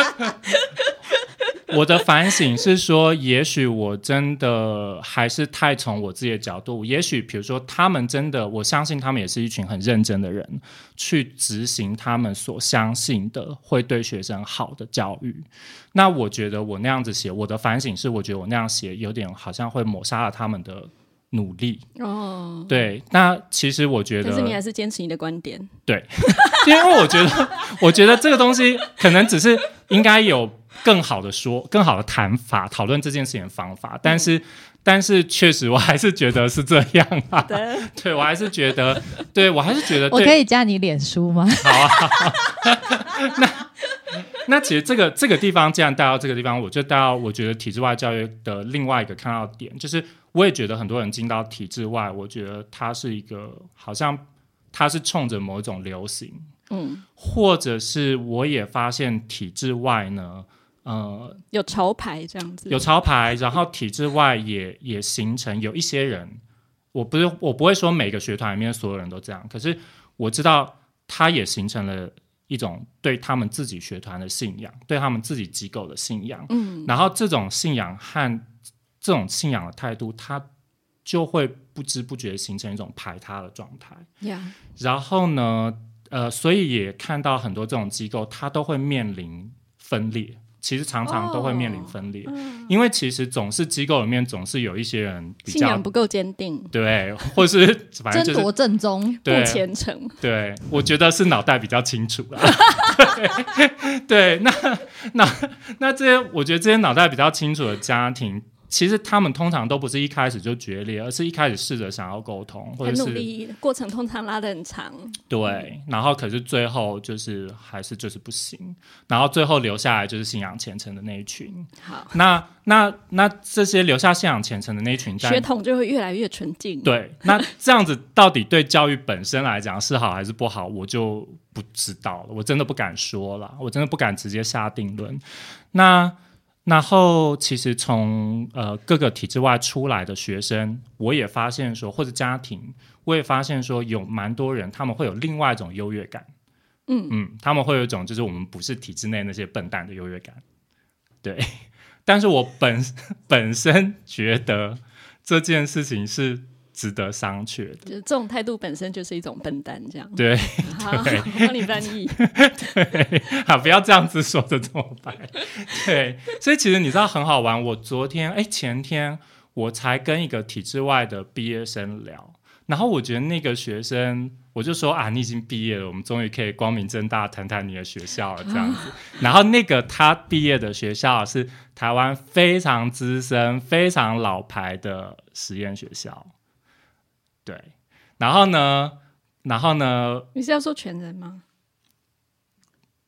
我的反省是说，也许我真的还是太从我自己的角度，也许比如说他们真的，我相信他们也是一群很认真的人，去执行他们所相信的会对学生好的教育。那我觉得我那样子写，我的反省是，我觉得我那样写有点好像会抹杀了他们的努力哦。对，那其实我觉得， 但是你还是坚持你的观点， 对，因为我觉得，我觉得这个东西可能只是应该有更好的说、更好的谈法，讨论这件事情的方法，但是。嗯但是确实我还是觉得是这样啊，对，对我还是觉得，对我还是觉得， 我可以加你脸书吗？ 好啊，好啊那那其实这个这个地方，既然带到这个地方，我就带到我觉得体制外教育的另外一个看到点，就是我也觉得很多人进到体制外，我觉得它是一个好像它是冲着某种流行，嗯，或者是我也发现体制外呢。呃， 有潮牌这样子， 有潮牌，然后体制外也也形成有一些人，我不是我不会说每个学团里面所有人都这样，可是我知道他也形成了一种对他们自己学团的信仰，对他们自己机构的信仰，嗯，然后这种信仰和这种信仰的态度，他就会不知不觉形成一种排他的状态， yeah. 然后呢，呃，所以也看到很多这种机构，它都会面临分裂。其实常常都会面临分裂、哦嗯、因为其实总是机构里面总是有一些人比较信仰不够坚定， 对，或是反正就是争夺正宗， 不虔诚， 对，我觉得是脑袋比较清楚啦对, 对，那那那这些我觉得这些脑袋比较清楚的家庭，其实他们通常都不是一开始就决裂，而是一开始试着想要沟通，或者是很努力，过程通常拉得很长， 对，然后可是最后就是还是就是不行，然后最后留下来就是信仰虔诚的那一群。 好， 那那那这些留下信仰虔诚的那一群血统就会越来越纯净。 对，那这样子到底对教育本身来讲是好还是不好，我就不知道了，我真的不敢说了，我真的不敢直接下定论。那然后其实从呃各个体制外出来的学生，我也发现说，或者家庭，我也发现说，有蛮多人他们会有另外一种优越感，嗯嗯，他们会有一种就是我们不是体制内那些笨蛋的优越感，对。但是我本本身觉得这件事情是值得商榷的， 就是这种态度本身就是一种笨蛋，这样。 对， 好，对，我帮你翻译。 对，好，不要这样子说的这么白。对，所以其实你知道很好玩。我昨天，哎，前天我才跟一个体制外的毕业生聊，然后我觉得那个学生，我就说啊，你已经毕业了，我们终于可以光明正大谈谈你的学校了，这样子。然后那个他毕业的学校是台湾非常资深、非常老牌的实验学校。对，然后呢，然后呢？ 你是要说全人吗？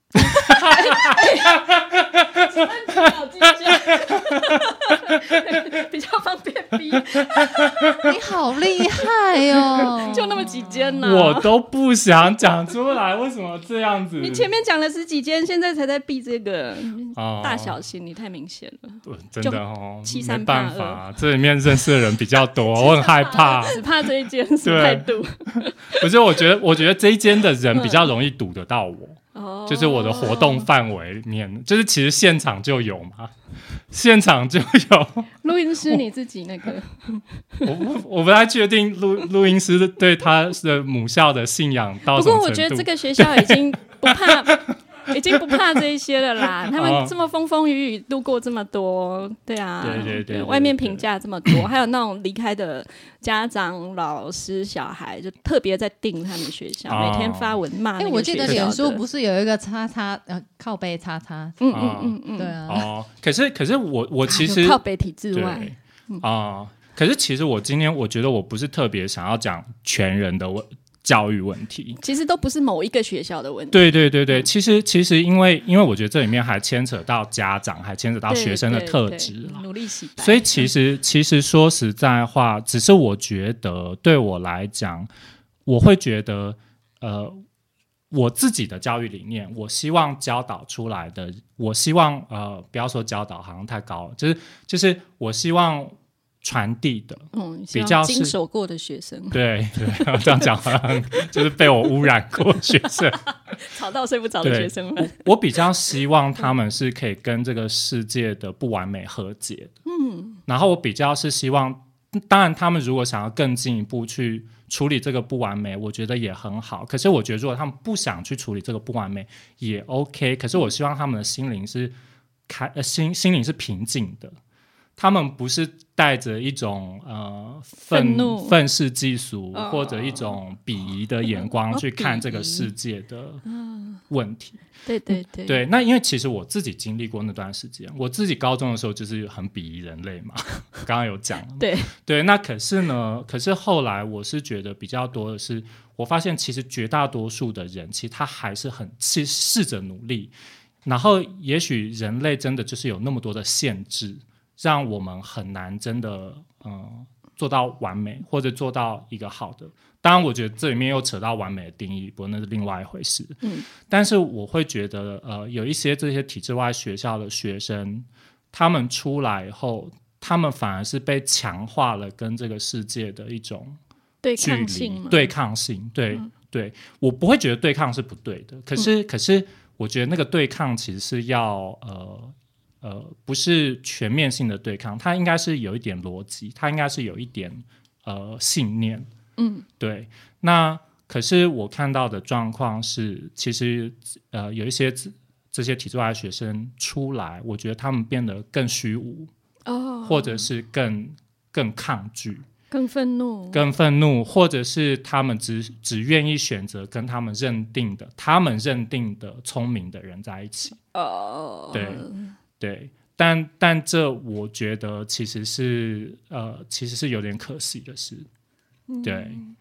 比较方便逼。 你好厉害哦！ 就那么几间呢、啊， 我都不想讲出来，为什么这样子？ 你前面讲了十几间，现在才在逼这个， 哦、 大小心，你太明显了。 真的哦， 七三没办法，这里面认识的人比较多，我很害怕， 只怕这一间是态度。 不是，我觉得，我觉得这一间的人比较容易堵得到我。 哦， 就是我的活动范围里面，就是其实现场就有嘛，现场就有。 录音师你自己那个， 我不我不太确定录录音师对他的母校的信仰到什么程度。 不过我觉得这个学校已经不怕。已经不怕这一些了啦，他们这么风风雨雨度过这么多，对啊， 对对 对, 对, 对， 外面评价这么多，还有那种离开的家长、老师、小孩，就特别在盯他们学校，哦、每天发文骂那个学校的。哎、欸， 我记得脸书不是有一个叉叉呃靠背叉叉， 嗯嗯嗯嗯， 对啊。 哦，可是可是我我其实、 啊、靠北体制外啊、呃，可是其实我今天我觉得我不是特别想要讲全人的问。教育问题其实都不是某一个学校的问题。 对对对对，其实其实因为因为我觉得这里面还牵扯到家长，还牵扯到学生的特质， 努力洗白。 所以其实其实说实在话，只是我觉得对我来讲，我会觉得呃，我自己的教育理念，我希望教导出来的，我希望呃，不要说教导好像太高了，就是就是我希望。传递的， 嗯， 比较是经手过的学生， 对对，这样讲好像就是被我污染过的学生， 吵到睡不着的学生们。 我, 我比较希望他们是可以跟这个世界的不完美和解的，嗯，然后我比较是希望，当然他们如果想要更进一步去处理这个不完美，我觉得也很好。可是我觉得如果他们不想去处理这个不完美，也 OK。可是我希望他们的心灵是开，呃、心心灵是平静的。他们不是带着一种呃愤怒、愤世嫉俗、哦、或者一种鄙夷的眼光去看这个世界的问题。哦、 对对对， 对。那因为其实我自己经历过那段时间，我自己高中的时候就是很鄙夷人类嘛，刚刚有讲了。 对对。那可是呢，可是后来我是觉得比较多的是，我发现其实绝大多数的人，其实他还是很试试着努力，然后也许人类真的就是有那么多的限制。让我们很难真的、呃、做到完美，或者做到一个好的。当然我觉得这里面又扯到完美的定义，不过那是另外一回事、嗯、但是我会觉得、呃、有一些这些体制外学校的学生，他们出来以后，他们反而是被强化了跟这个世界的一种对抗性对抗性对、嗯、对，我不会觉得对抗是不对的，可是、嗯、可是我觉得那个对抗其实是要呃呃，不是全面性的对抗，它应该是有一点逻辑，它应该是有一点呃信念，嗯，对。那可是我看到的状况是，其实呃有一些这些体制外的学生出来，我觉得他们变得更虚无，哦，或者是更更抗拒。 更愤怒， 更愤怒，或者是他们只只愿意选择跟他们认定的、他们认定的聪明的人在一起。哦，对。对，但但这我觉得其实是呃，其实是有点可惜的事，对，嗯、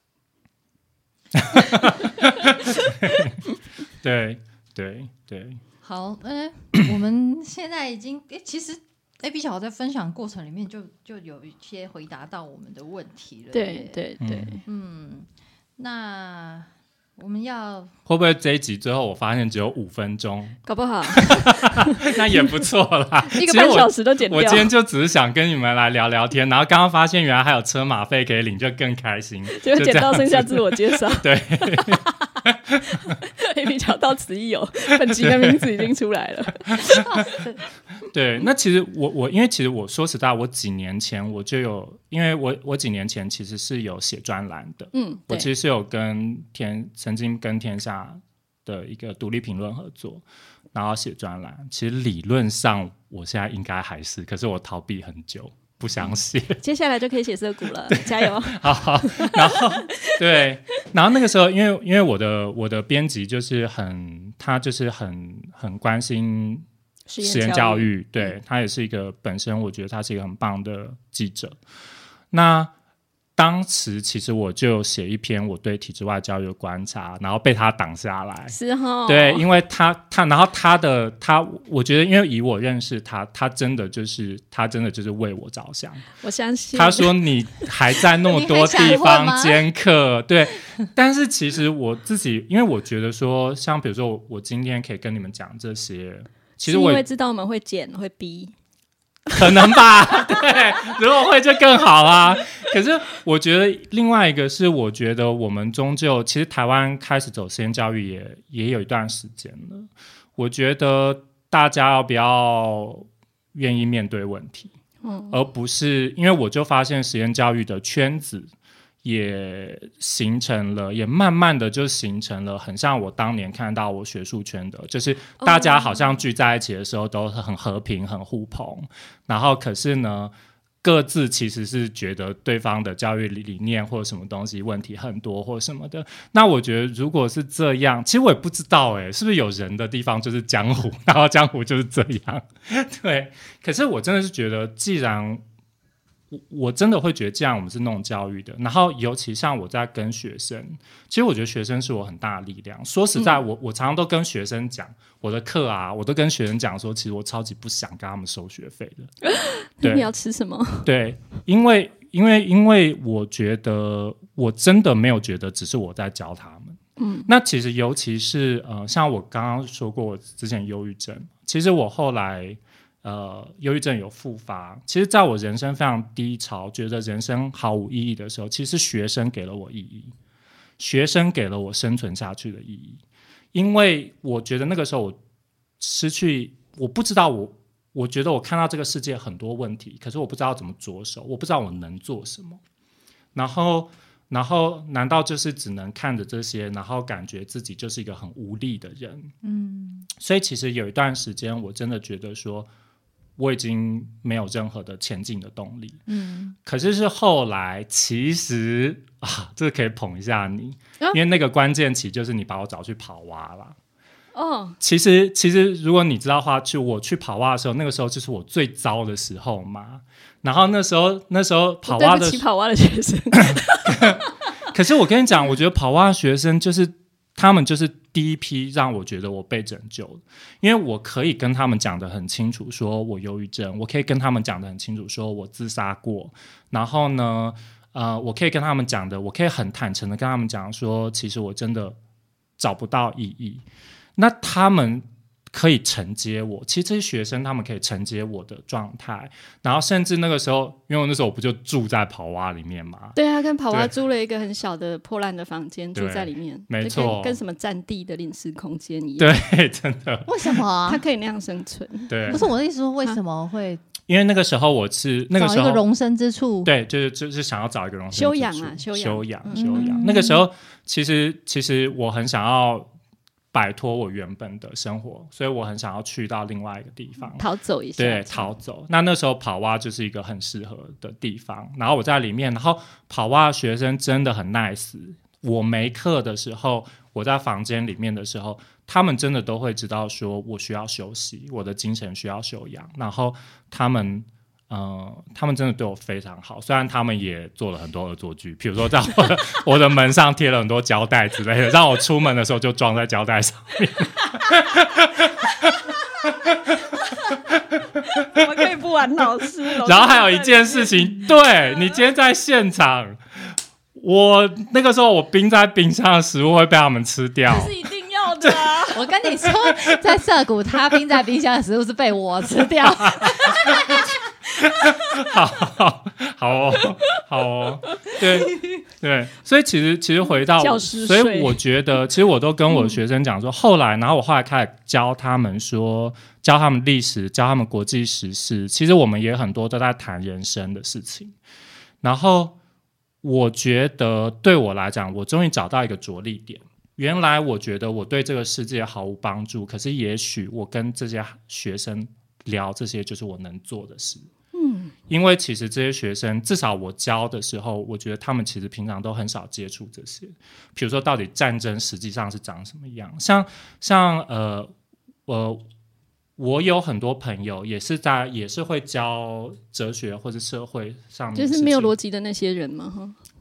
对对对。 好，呃，我们现在已经，诶，其实 A B 小豪在分享过程里面就就有一些回答到我们的问题了， 对对对， 嗯，那。我们要会不会这一集最后我发现只有五分钟？ 搞不好那也不错啦， 一个半小时都剪掉。 我今天就只是想跟你们来聊聊天，然后刚刚发现原来还有车马费可以领，就更开心。 就剪到剩下自我介绍。 对 A B 小到此一游，本集的名字已经出来了。 对，那其实我我因为其实我说实在，我几年前我就有，因为我我几年前其实是有写专栏的，嗯，我其实是有跟天曾经跟天下的一个独立评论合作，然后写专栏。其实理论上我现在应该还是，可是我逃避很久。不想写、嗯， 接下来就可以写涩谷了，加油！ 好好，然后对，然后那个时候，因为因为我的我的编辑就是很，他就是很很关心实验教育，对、嗯、他也是一个本身我觉得他是一个很棒的记者。那当时其实我就有写一篇我对体制外教育的观察，然后被他挡下来。 是哦， 对，因为他他，然后他的他，我觉得，因为以我认识他，他真的就是他真的就是为我着想。 我相信。 他说你还在那么多地方兼课，对。但是其实我自己，因为我觉得说，像比如说我我今天可以跟你们讲这些，其实我是因为知道我们会剪会逼。 可能吧，对，如果会就更好啊。可是我觉得另外一个是，我觉得我们终究其实台湾开始走实验教育也也有一段时间了。我觉得大家要不要愿意面对问题，嗯，而不是因为我就发现实验教育的圈子也形成了，也慢慢的就形成了很像我当年看到我学术圈的，就是大家好像聚在一起的时候都很和平很互捧，然后可是呢各自其实是觉得对方的教育理念或者什么东西问题很多或什么的。那我觉得如果是这样，其实我也不知道哎、欸，是不是有人的地方就是江湖，然后江湖就是这样。对，可是我真的是觉得既然我真的会觉得这样我们是弄教育的，然后尤其像我在跟学生，其实我觉得学生是我很大的力量。说实在我、嗯、我常常都跟学生讲我的课啊，我都跟学生讲说其实我超级不想跟他们收学费的。对， 你要吃什么？对， 因为因为因为我觉得我真的没有觉得只是我在教他们。嗯，那其实尤其是呃，像我刚刚说过我之前忧郁症，其实我后来呃，忧郁症有复发，其实在我人生非常低潮觉得人生毫无意义的时候，其实学生给了我意义，学生给了我生存下去的意义。因为我觉得那个时候我失去，我不知道我我觉得我看到这个世界很多问题，可是我不知道怎么着手，我不知道我能做什么，然后然后难道就是只能看着这些，然后感觉自己就是一个很无力的人。嗯，所以其实有一段时间我真的觉得说我已经没有任何的前进的动力。嗯，可是是后来其实啊，这个可以捧一下你、啊、因为那个关键期就是你把我找去跑蛙啦。哦，其实其实如果你知道的话，去我去跑蛙的时候，那个时候就是我最糟的时候嘛。然后那时候那时候跑蛙的， 对不起跑蛙的学生。 可是我跟你讲，我觉得跑蛙的学生就是他们就是第一批让我觉得我被拯救了，因为我可以跟他们讲得很清楚说我忧郁症，我可以跟他们讲得很清楚说我自杀过，然后呢呃，我可以跟他们讲的，我可以很坦诚的跟他们讲说其实我真的找不到意义，那他们可以承接我，其实这些学生他们可以承接我的状态，然后甚至那个时候因为我那时候我不就住在跑蛙里面嘛， 对啊，跟跑蛙租了一个很小的破烂的房间住在里面， 没错， 跟, 跟什么占地的临时空间一样， 对，真的。 为什么啊？ 他可以那样生存？ 对， 不是我的意思说为什么会、啊、 因为那个时候我是那个时候找一个容身之处， 对，就是就是想要找一个容身之处修养啊，修养修养修养、嗯、那个时候其实其实我很想要摆脱我原本的生活，所以我很想要去到另外一个地方逃走一下， 对，逃走。那那时候跑蛙就是一个很适合的地方，然后我在里面，然后跑蛙的学生真的很 nice， 我没课的时候，我在房间里面的时候，他们真的都会知道说我需要休息，我的精神需要休养，然后他们呃，他们真的对我非常好，虽然他们也做了很多恶作剧，比如说在我的我的门上贴了很多胶带之类的，让我出门的时候就装在胶带上面。 我们可以不玩老师。 然后还有一件事情，对，你今天在现场，我那个时候我冰在冰箱的食物会被他们吃掉， 这是一定要的啊！ 我跟你说，在涩谷他冰在冰箱的食物是被我吃掉。 好好好哦，好哦，对对，所以其实其实回到，所以我觉得，其实我都跟我的学生讲说，嗯、后来，然后我后来开始教他们说，教他们历史，教他们国际时事，其实我们也很多都在谈人生的事情。然后我觉得对我来讲，我终于找到一个着力点。原来我觉得我对这个世界毫无帮助，可是也许我跟这些学生聊这些就是我能做的事。嗯，因为其实这些学生至少我教的时候，我觉得他们其实平常都很少接触这些，比如说到底战争实际上是长什么样，像像呃呃我有很多朋友也是在也是会教哲学或者社会上面， 就是没有逻辑的那些人嘛，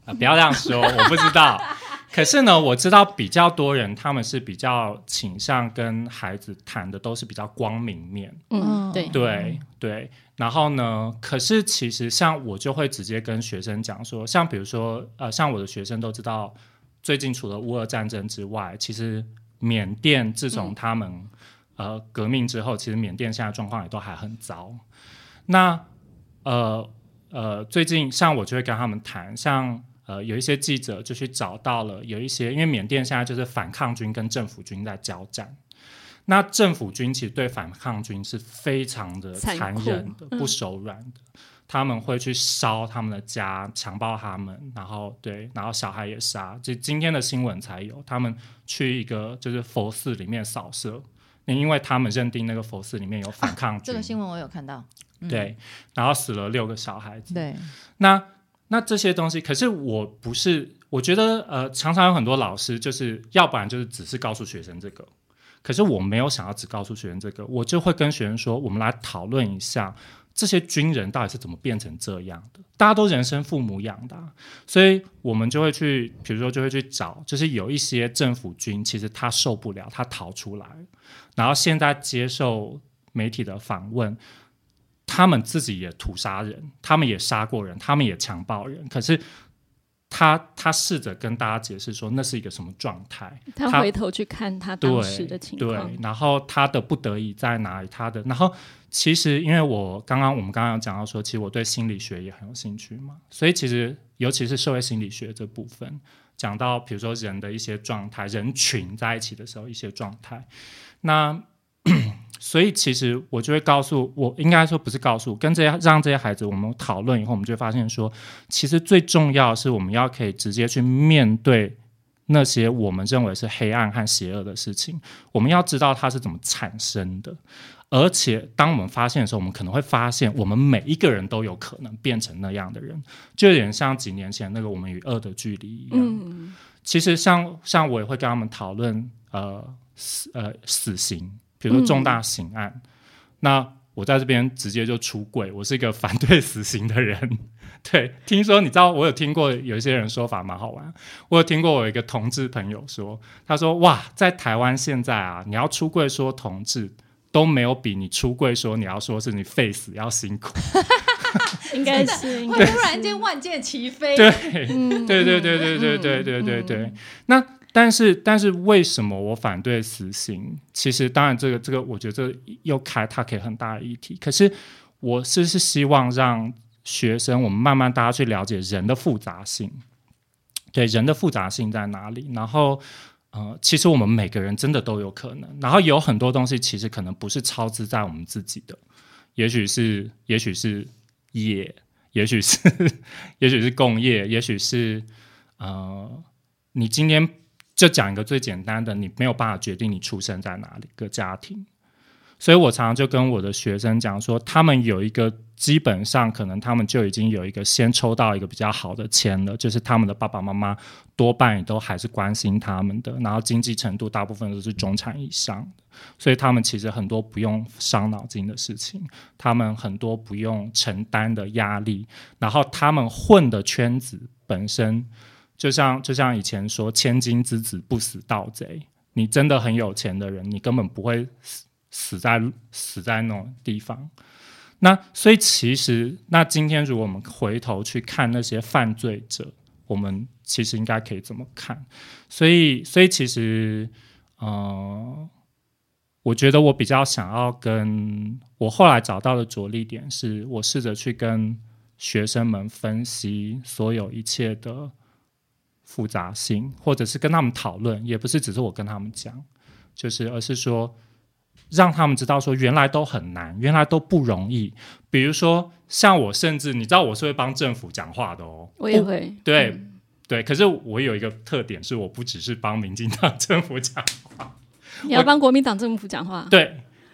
呃、不要这样说，我不知道。可是呢，我知道比较多人他们是比较倾向跟孩子谈的都是比较光明面， 嗯，对对对。然后呢，可是其实像我就会直接跟学生讲说，像比如说呃，像我的学生都知道，最近除了乌俄战争之外，其实缅甸自从他们、嗯、呃革命之后，其实缅甸现在状况也都还很糟。那呃呃，最近像我就会跟他们谈，像。呃，有一些记者就去找到了有一些，因为缅甸现在就是反抗军跟政府军在交战，那政府军其实对反抗军是非常的残忍的，不手软的、嗯，他们会去烧他们的家，强暴他们，然后对，然后小孩也杀。就今天的新闻才有，他们去一个就是佛寺里面扫射，因为他们认定那个佛寺里面有反抗军、啊、 这个新闻我有看到、 嗯、对，然后死了六个小孩子。 对， 那那这些东西，可是我不是，我觉得呃，常常有很多老师就是要不然就是只是告诉学生这个，可是我没有想要只告诉学生这个，我就会跟学生说，我们来讨论一下这些军人到底是怎么变成这样的。大家都人生父母养的、啊，所以我们就会去，比如说就会去找，就是有一些政府军其实他受不了，他逃出来，然后现在接受媒体的访问。他们自己也屠杀人，他们也杀过人，他们也强暴人，可是他他试着跟大家解释说那是一个什么状态， 他回头去看他当时的情况， 对，然后他的不得已在哪里，他的，然后其实因为我刚刚我们刚刚有讲到说，其实我对心理学也很有兴趣嘛，所以其实尤其是社会心理学这部分，讲到比如说人的一些状态，人群在一起的时候一些状态，那所以其实我就会告诉我，应该说不是告诉，跟这些让这些孩子我们讨论以后，我们就会发现说，其实最重要的是我们要可以直接去面对那些我们认为是黑暗和邪恶的事情，我们要知道它是怎么产生的，而且当我们发现的时候，我们可能会发现我们每一个人都有可能变成那样的人，就有点像几年前那个我们与恶的距离一样。嗯，其实像像我也会跟他们讨论呃死呃死刑。比如说重大刑案、嗯、那我在这边直接就出柜，我是一个反对死刑的人。对，听说你知道我有听过有一些人说法蛮好玩，我有听过我有一个同志朋友说，他说哇，在台湾现在啊，你要出柜说同志都没有比你出柜说你要说是你废死要辛苦。 应该是， 会突然间万箭齐飞。 对，嗯、对对对对对对对对对、嗯、那但是但是为什么我反对死刑？其实当然这个这个我觉得这又开它可以很大的议题，可是我是是希望让学生我们慢慢大家去了解人的复杂性，对，人的复杂性在哪里，然后呃，其实我们每个人真的都有可能，然后有很多东西其实可能不是超支在我们自己的，也许是也许是业，也许是也许是共业，也许是呃你今天就讲一个最简单的，你没有办法决定你出生在哪里个家庭，所以我常常就跟我的学生讲说，他们有一个基本上可能他们就已经有一个先抽到一个比较好的签了，就是他们的爸爸妈妈多半也都还是关心他们的，然后经济程度大部分都是中产以上的，所以他们其实很多不用伤脑筋的事情，他们很多不用承担的压力，然后他们混的圈子本身就像就像以前说千金之子不死盗贼，你真的很有钱的人，你根本不会死死在死在那种地方。那所以其实那今天如果我们回头去看那些犯罪者，我们其实应该可以这么看。所以所以其实呃我觉得我比较想要跟我后来找到的着力点是，我试着去跟学生们分析所有一切的复杂性，或者是跟他们讨论，也不是只是我跟他们讲，就是而是说让他们知道说原来都很难，原来都不容易。比如说像我，甚至你知道我是会帮政府讲话的哦， 我也会， 对、嗯、对，可是我有一个特点是我不只是帮民进党政府讲话， 你要帮国民党政府讲话。 对，可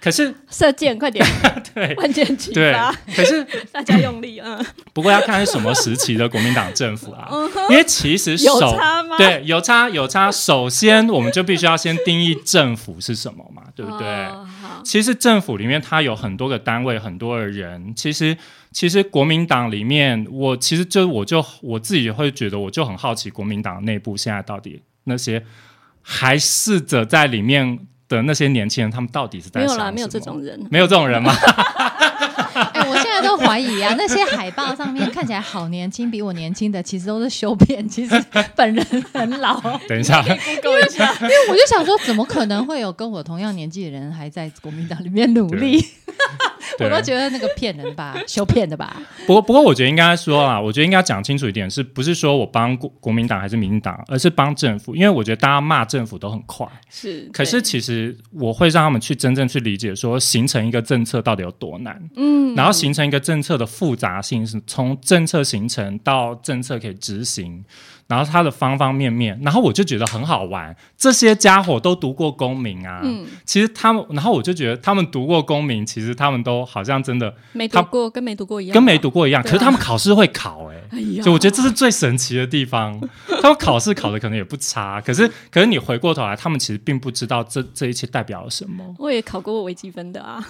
可是射箭，快点， 对， 万箭齐对发，， 可是大家用力，嗯， 不过要看是什么时期的国民党政府啊，因为其实有首差吗？ 对有差有差，首先我们就必须要先定义政府是什么嘛，对不对？ 哦好其实政府里面它有很多个单位，很多的人，其实其实国民党里面，我其实就我就我自己会觉得，我就很好奇国民党内部现在到底那些还试着在里面的那些年轻人，他们到底是在想什么？ 没有啦，没有这种人， 没有这种人吗？ 哎、我现在都怀疑啊，那些海报上面看起来好年轻，比我年轻的，其实都是修片，其实本人很老。 等一下， Google 一下， 因为我就想说，怎么可能会有跟我同样年纪的人还在国民党里面努力？我都觉得那个骗人吧，修骗的吧。 不过，不过我觉得应该说啊，我觉得应该讲清楚一点，是不是说我帮国国民党还是民进党，而是帮政府？因为我觉得大家骂政府都很快， 是， 可是其实我会让他们去真正去理解，说形成一个政策到底有多难， 嗯， 然后形成一个政策的复杂性，是从政策形成到政策可以执行。然后它的方方面面，然后我就觉得很好玩。这些家伙都读过公民啊，嗯，其实他们，然后我就觉得他们读过公民，其实他们都好像真的没读过，跟没读过一样， 跟没读过一样。 啊、 可是他们考试会考、欸，哎、哎，所以我觉得这是最神奇的地方。他们考试考的可能也不差，可是可是你回过头来，他们其实并不知道这这一切代表了什么。 我也考过微积分的啊，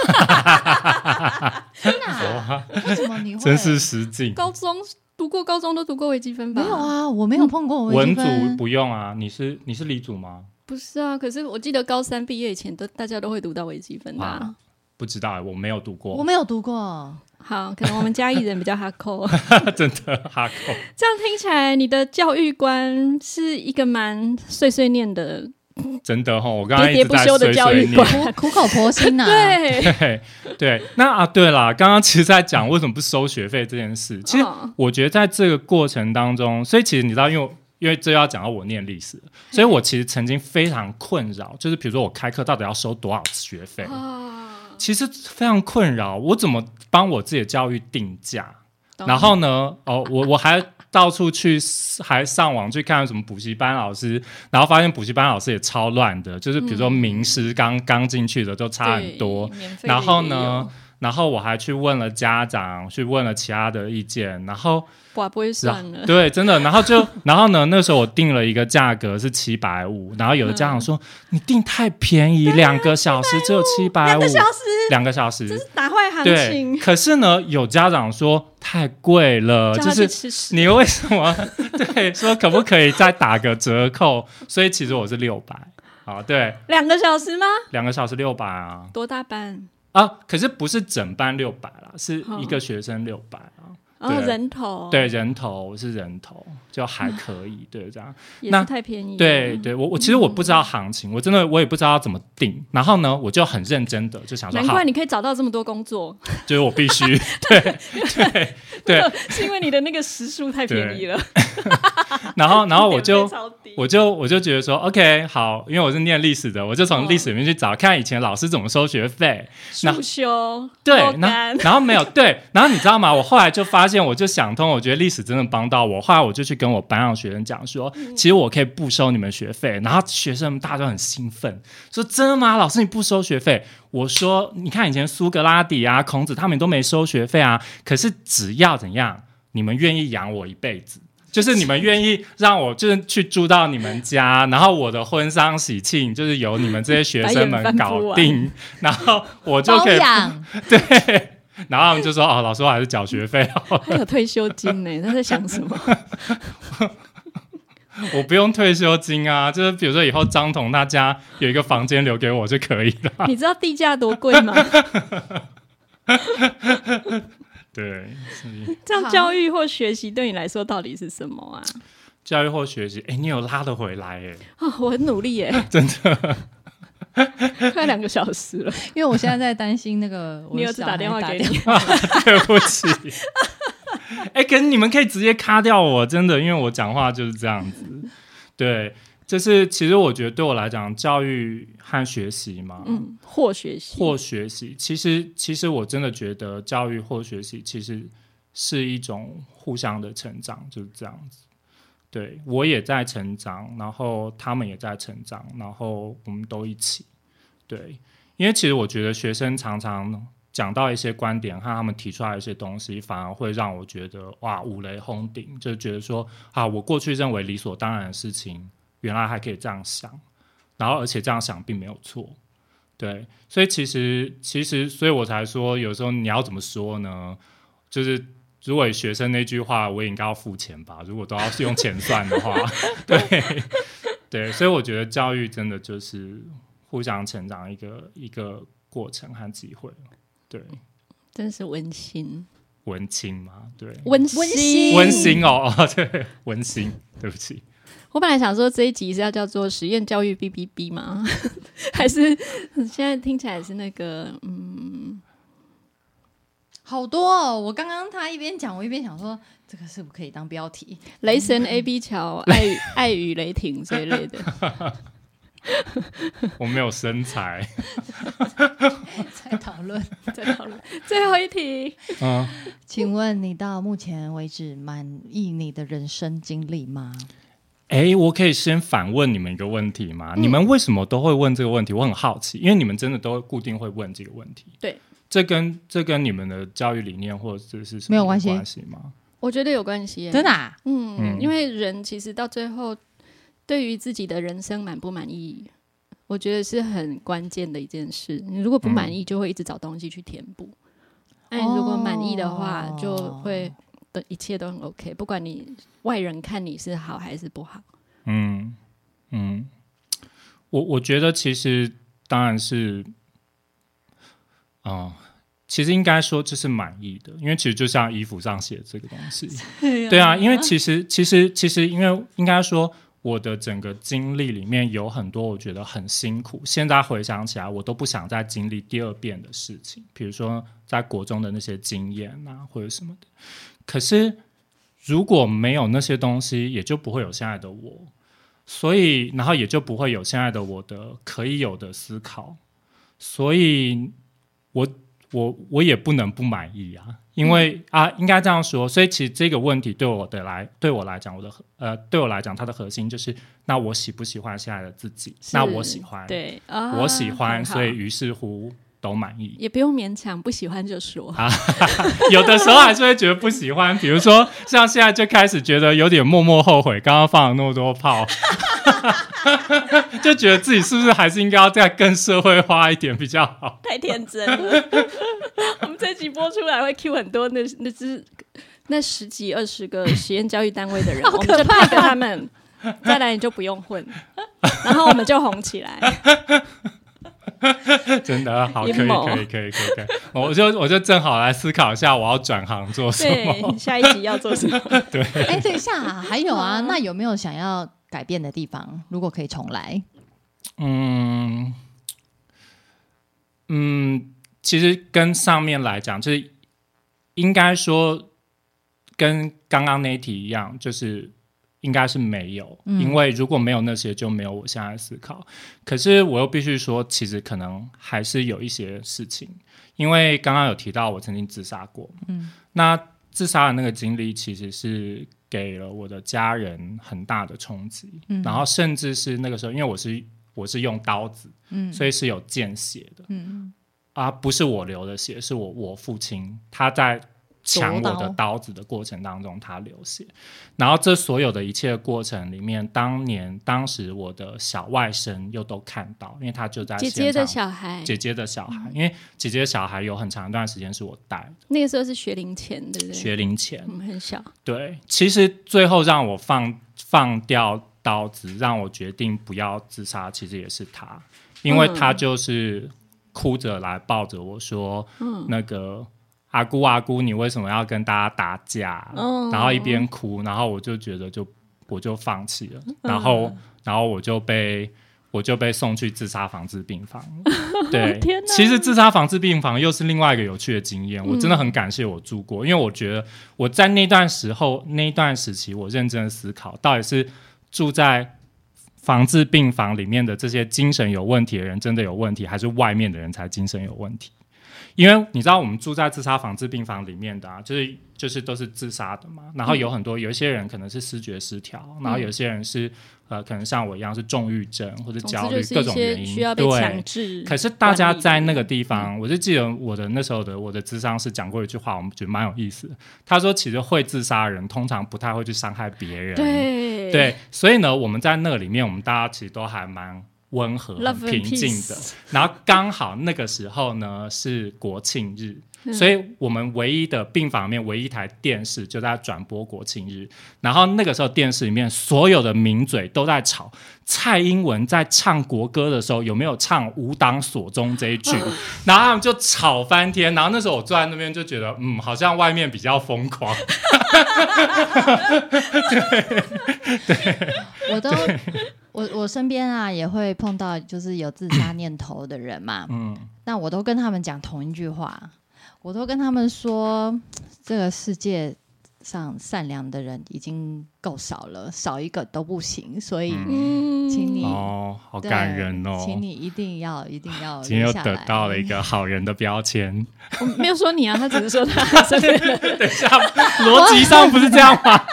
真的、啊？为什么你会？ 真是实境。 高中。读过高中都读过微积分吧？ 没有啊，我没有碰过微积分。 文组不用啊，你是你是理组吗？ 不是啊，可是我记得高三毕业以前都大家都会读到微积分的、啊啊。 不知道、欸，我没有读过， 我没有读过。 好，可能我们嘉义人比较哈扣， 真的哈扣。 这样听起来，你的教育观是一个蛮碎碎念的。 真的齁，我刚刚一直在碎碎念， 苦口婆心呐、啊。 对对对，那啊对啦，刚刚其实在讲为什么不收学费这件事。其实我觉得在这个过程当中，所以其实你知道，因为因为这要讲到我念历史，所以我其实曾经非常困扰，就是比如说我开课到底要收多少学费，其实非常困扰，我怎么帮我自己的教育定价？然后呢，哦，我我还到处去，还上网去看什么补习班老师，然后发现补习班老师也超乱的，就是比如说名师刚刚进去的都差很多。然后呢，然后我还去问了家长，去问了其他的意见，然后哇，不会算了。 对，真的。然后就，然后呢，那时候我定了一个价格是七百五，然后有的家长说、嗯、你定太便宜，两个小时只有七百五，两个小时，两个小时， 这是打坏行情。 对，可是呢，有家长说太贵了，就是你为什么对说可不可以再打个折扣？所以其实我是六百啊，对， 两个小时吗？ 两个小时六百啊， 多大班啊？可是不是整班六百啦，是一个学生六百啊。 哦，人头对人头是人头，就还可以，对这样也是太便宜了。 对对，我我其实我不知道行情，嗯、我真的我也不知道要怎么定。然后呢，我就很认真的就想说， 难怪你可以找到这么多工作， 就是我必须对对对， 是因为你的那个时数太便宜了。 然后然后我就我就我就觉得说 ，OK 好，因为我是念历史的，我就从历史里面去找、哦、看以前老师怎么收学费， 速修对，然后然后没有对，然后你知道吗？我后来就发现。我就想通，我觉得历史真的帮到我。后来我就去跟我班上学生讲说，嗯、其实我可以不收你们学费。然后学生们大家都很兴奋，说真的吗？老师你不收学费？我说你看以前苏格拉底啊、孔子他们都没收学费啊。可是只要怎样，你们愿意养我一辈子。就是你们愿意让我就是去住到你们家，然后我的婚丧喜庆就是由你们这些学生们搞定，然后我就可以对。然后他们就说：“哦，老师，我还是缴学费。” 还有退休金呢？他在想什么？ 我不用退休金啊，就是比如说以后张彤他家有一个房间留给我就可以了。 你知道地价多贵吗？ 对， 这样教育或学习对你来说到底是什么啊？ 教育或学习，哎，你有拉得回来哎、 哦！我很努力哎， 真的。 快两个小时了， 因为我现在在担心那个你儿子打电话给你， 对不起。哎、欸，可是你们可以直接卡掉我，真的，因为我讲话就是这样子。对，就是其实我觉得对我来讲，教育和学习嘛， 嗯，或学习， 或学习，其实其实我真的觉得教育或学习其实是一种互相的成长，就是这样子。对，我也在成长，然后他们也在成长，然后我们都一起。对，因因为其实我觉得学生常常讲到一些观点和他们提出来的一些东西，反而会让我觉得哇五雷轰顶，就觉得说啊，我过去认为理所当然的事情，原来还可以这样想，然后而且这样想并没有错。对，所以其实其实所以我才说有时候你要怎么说呢，就是如果学生那句话我也应该要付钱吧，如果都要是用钱算的话对对，所以我觉得教育真的就是互相成长一个一个过程和机会。对， 真是温馨文青嘛，对， 温馨温馨哦哦，对，温馨，对不起。 我本来想说这一集是要叫做实验教育 B B B 吗？还是现在听起来是那个嗯， 好多哦！我刚刚他一边讲，我一边想说，这个是不是可以当标题？ 雷神 A B 桥、爱与爱与雷霆这一类的。 我没有身材。 在讨论， 在讨论最后一题。 嗯， 请问你到目前为止满意你的人生经历吗？ 哎，我可以先反问你们一个问题吗？嗯、你们为什么都会问这个问题？我很好奇，因为你们真的都固定会问这个问题。 对， 这跟这跟你们的教育理念或者是什么没有关系吗？ 我觉得有关系， 真的、啊嗯。嗯，因为人其实到最后，对于自己的人生满不满意，我觉得是很关键的一件事。你如果不满意，就会一直找东西去填补。那、嗯、你如果满意的话，哦、就会。的一切都很 OK， 不管你外人看你是好还是不好。 嗯嗯，我我觉得其实当然是，啊、呃，其实应该说这是满意的，因为其实就像衣服上写这个东西，对啊，对啊，因为其实其实其实因为应该说我的整个经历里面有很多我觉得很辛苦，现在回想起来我都不想再经历第二遍的事情，比如说在国中的那些经验啊或者什么的。可是如果没有那些东西，也就不会有现在的我，所以然后也就不会有现在的我的可以有的思考，所以我我我也不能不满意啊，因为、嗯、啊应该这样说，所以其实这个问题对我的来对我来讲，我的呃对我来讲，它的核心就是那我喜不喜欢现在的自己？那我喜欢， 对，啊、 我喜欢，所以于是乎。都满意， 也不用勉强，不喜欢就说、啊、 有的时候还是会觉得不喜欢，比如说像现在就开始觉得有点默默后悔刚刚放了那么多炮就觉得自己是不是还是应该要再更社会化一点比较好， 太天真了我们这集播出来会 cue 很多那那只那十几二十个实验教育单位的人我们就派给他们再来你就不用混然后我们就红起来真的好，可以可以可以可以可以，我就我就正好来思考一下，我要转行做什么？ 对，下一集要做什么？ 对， 哎，等一下、啊，还有啊，那有没有想要改变的地方？如果可以重来， 嗯嗯，其实跟上面来讲，就是应该说跟刚刚那一题一样，就是应该是没有、嗯、因为如果没有那些就没有我现在的思考。可是我又必须说其实可能还是有一些事情，因为刚刚有提到我曾经自杀过、嗯、那自杀的那个经历其实是给了我的家人很大的冲击、嗯、然后甚至是那个时候因为我是我是用刀子、嗯、所以是有见血的、嗯、啊，不是我流的血，是我我父亲他在抢我的刀子的过程当中他流血，然后这所有的一切的过程里面，当年当时我的小外甥又都看到，因为他就在现场， 姐姐的小孩姐姐的小孩、嗯、因为姐姐的小孩有很长一段时间是我带的， 那个时候是学龄前对不对？ 学龄前、 嗯、很小。 对，其实最后让我放放掉刀子让我决定不要自杀其实也是他，因为他就是哭着来抱着我说、嗯、那个阿姑阿姑你为什么要跟大家打架、哦、然后一边哭，然后我就觉得就我就放弃了、嗯、然后然后我就被我就被送去自杀防治病房对，其实自杀防治病房又是另外一个有趣的经验、嗯、我真的很感谢我住过，因为我觉得我在那段时候那段时期我认真的思考到底是住在防治病房里面的这些精神有问题的人真的有问题，还是外面的人才精神有问题？ 因为你知道我们住在自杀防治病房里面的啊，就是就是都是自杀的嘛，然后有很多、嗯、有一些人可能是思觉失调，然后有些人是、嗯、呃可能像我一样是重郁症或者焦虑，各种原因需要被强制。 可是大家在那个地方，我就记得我的那时候的我的咨商师讲过一句话，我们觉得蛮有意思的。他说，其实会自杀的人通常不太会去伤害别人， 对对，所以呢，我们在那里面，我们大家其实都还蛮温和、很平静的。然后刚好那个时候呢是国庆日。所以我们唯一的病房里面唯一一台电视就在转播国庆日，然后那个时候电视里面所有的名嘴都在吵蔡英文在唱国歌的时候有没有唱吾党所宗这一句，然后他们就吵翻天。然后那时候我坐在那边就觉得嗯，好像外面比较疯狂。对对， 我都我我身边啊也会碰到就是有自杀念头的人嘛，嗯，那我都跟他们讲同一句话，我都跟他们说，这个世界上善良的人已经够少了，少一个都不行，所以请你、 嗯、哦，好感人哦， 请你一定要一定要今天又得到了一个好人的标签。 我没有说你啊，他只是说他身边的人。 等一下，逻辑上不是这样吗？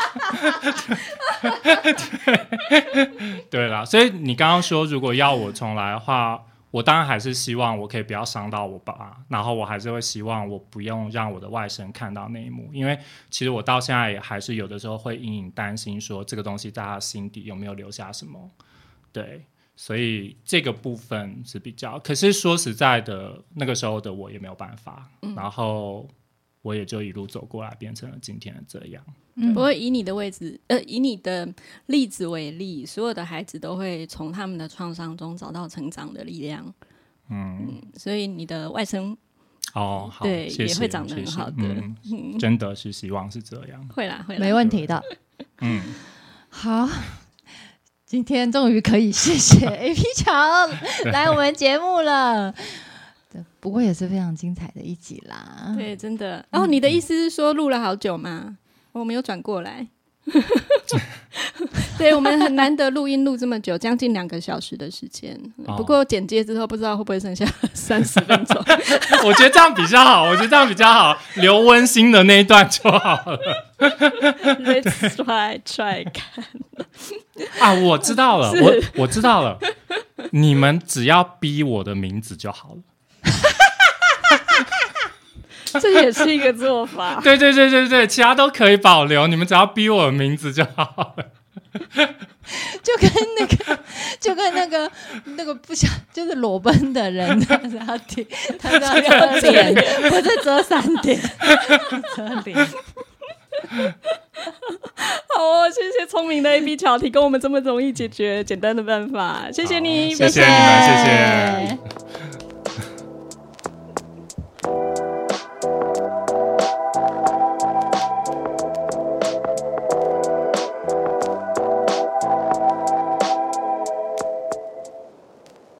对, 对啦，所以你刚刚说如果要我重来的话，我当然还是希望我可以不要伤到我爸，然后我还是会希望我不用让我的外甥看到那一幕，因为其实我到现在也还是有的时候会隐隐担心说这个东西在他心底有没有留下什么。对，所以这个部分是比较，可是说实在的，那个时候的我也没有办法、嗯、然后我也就一路走过来变成了今天的这样。 不过以你的位置呃，以你的例子为例，所有的孩子都会从他们的创伤中找到成长的力量。 嗯, 嗯所以你的外甥哦，好， 对， 谢谢， 也会长得很好的、 嗯嗯、真的是希望是这样。 会啦会啦， 没问题的。 嗯， 好，今天终于可以谢谢 A P 强来我们节目了。不过也是非常精彩的一集啦。 对，真的。哦，你的意思是说录了好久吗？我们有转过来。对，我们很难得录音录这么久，将近两个小时的时间、哦、不过剪接之后不知道会不会剩下三十分钟。 我觉得这样比较好，我觉得这样比较好，留温馨的那一段就好了。 Let's try try 看啊，我知道了，我我知道了，你们只要逼我的名字就好了。 这也是一个做法。 对对对对对，其他都可以保留，你们只要逼我的名字就好了。 就跟那个，就跟那个那个不想就是裸奔的人，他是要点，他是要遮脸，不是遮三点，遮脸。 好哦，谢谢聪明的 A B 乔提供我们这么容易解决简单的办法，谢谢你， 谢谢你们，谢谢。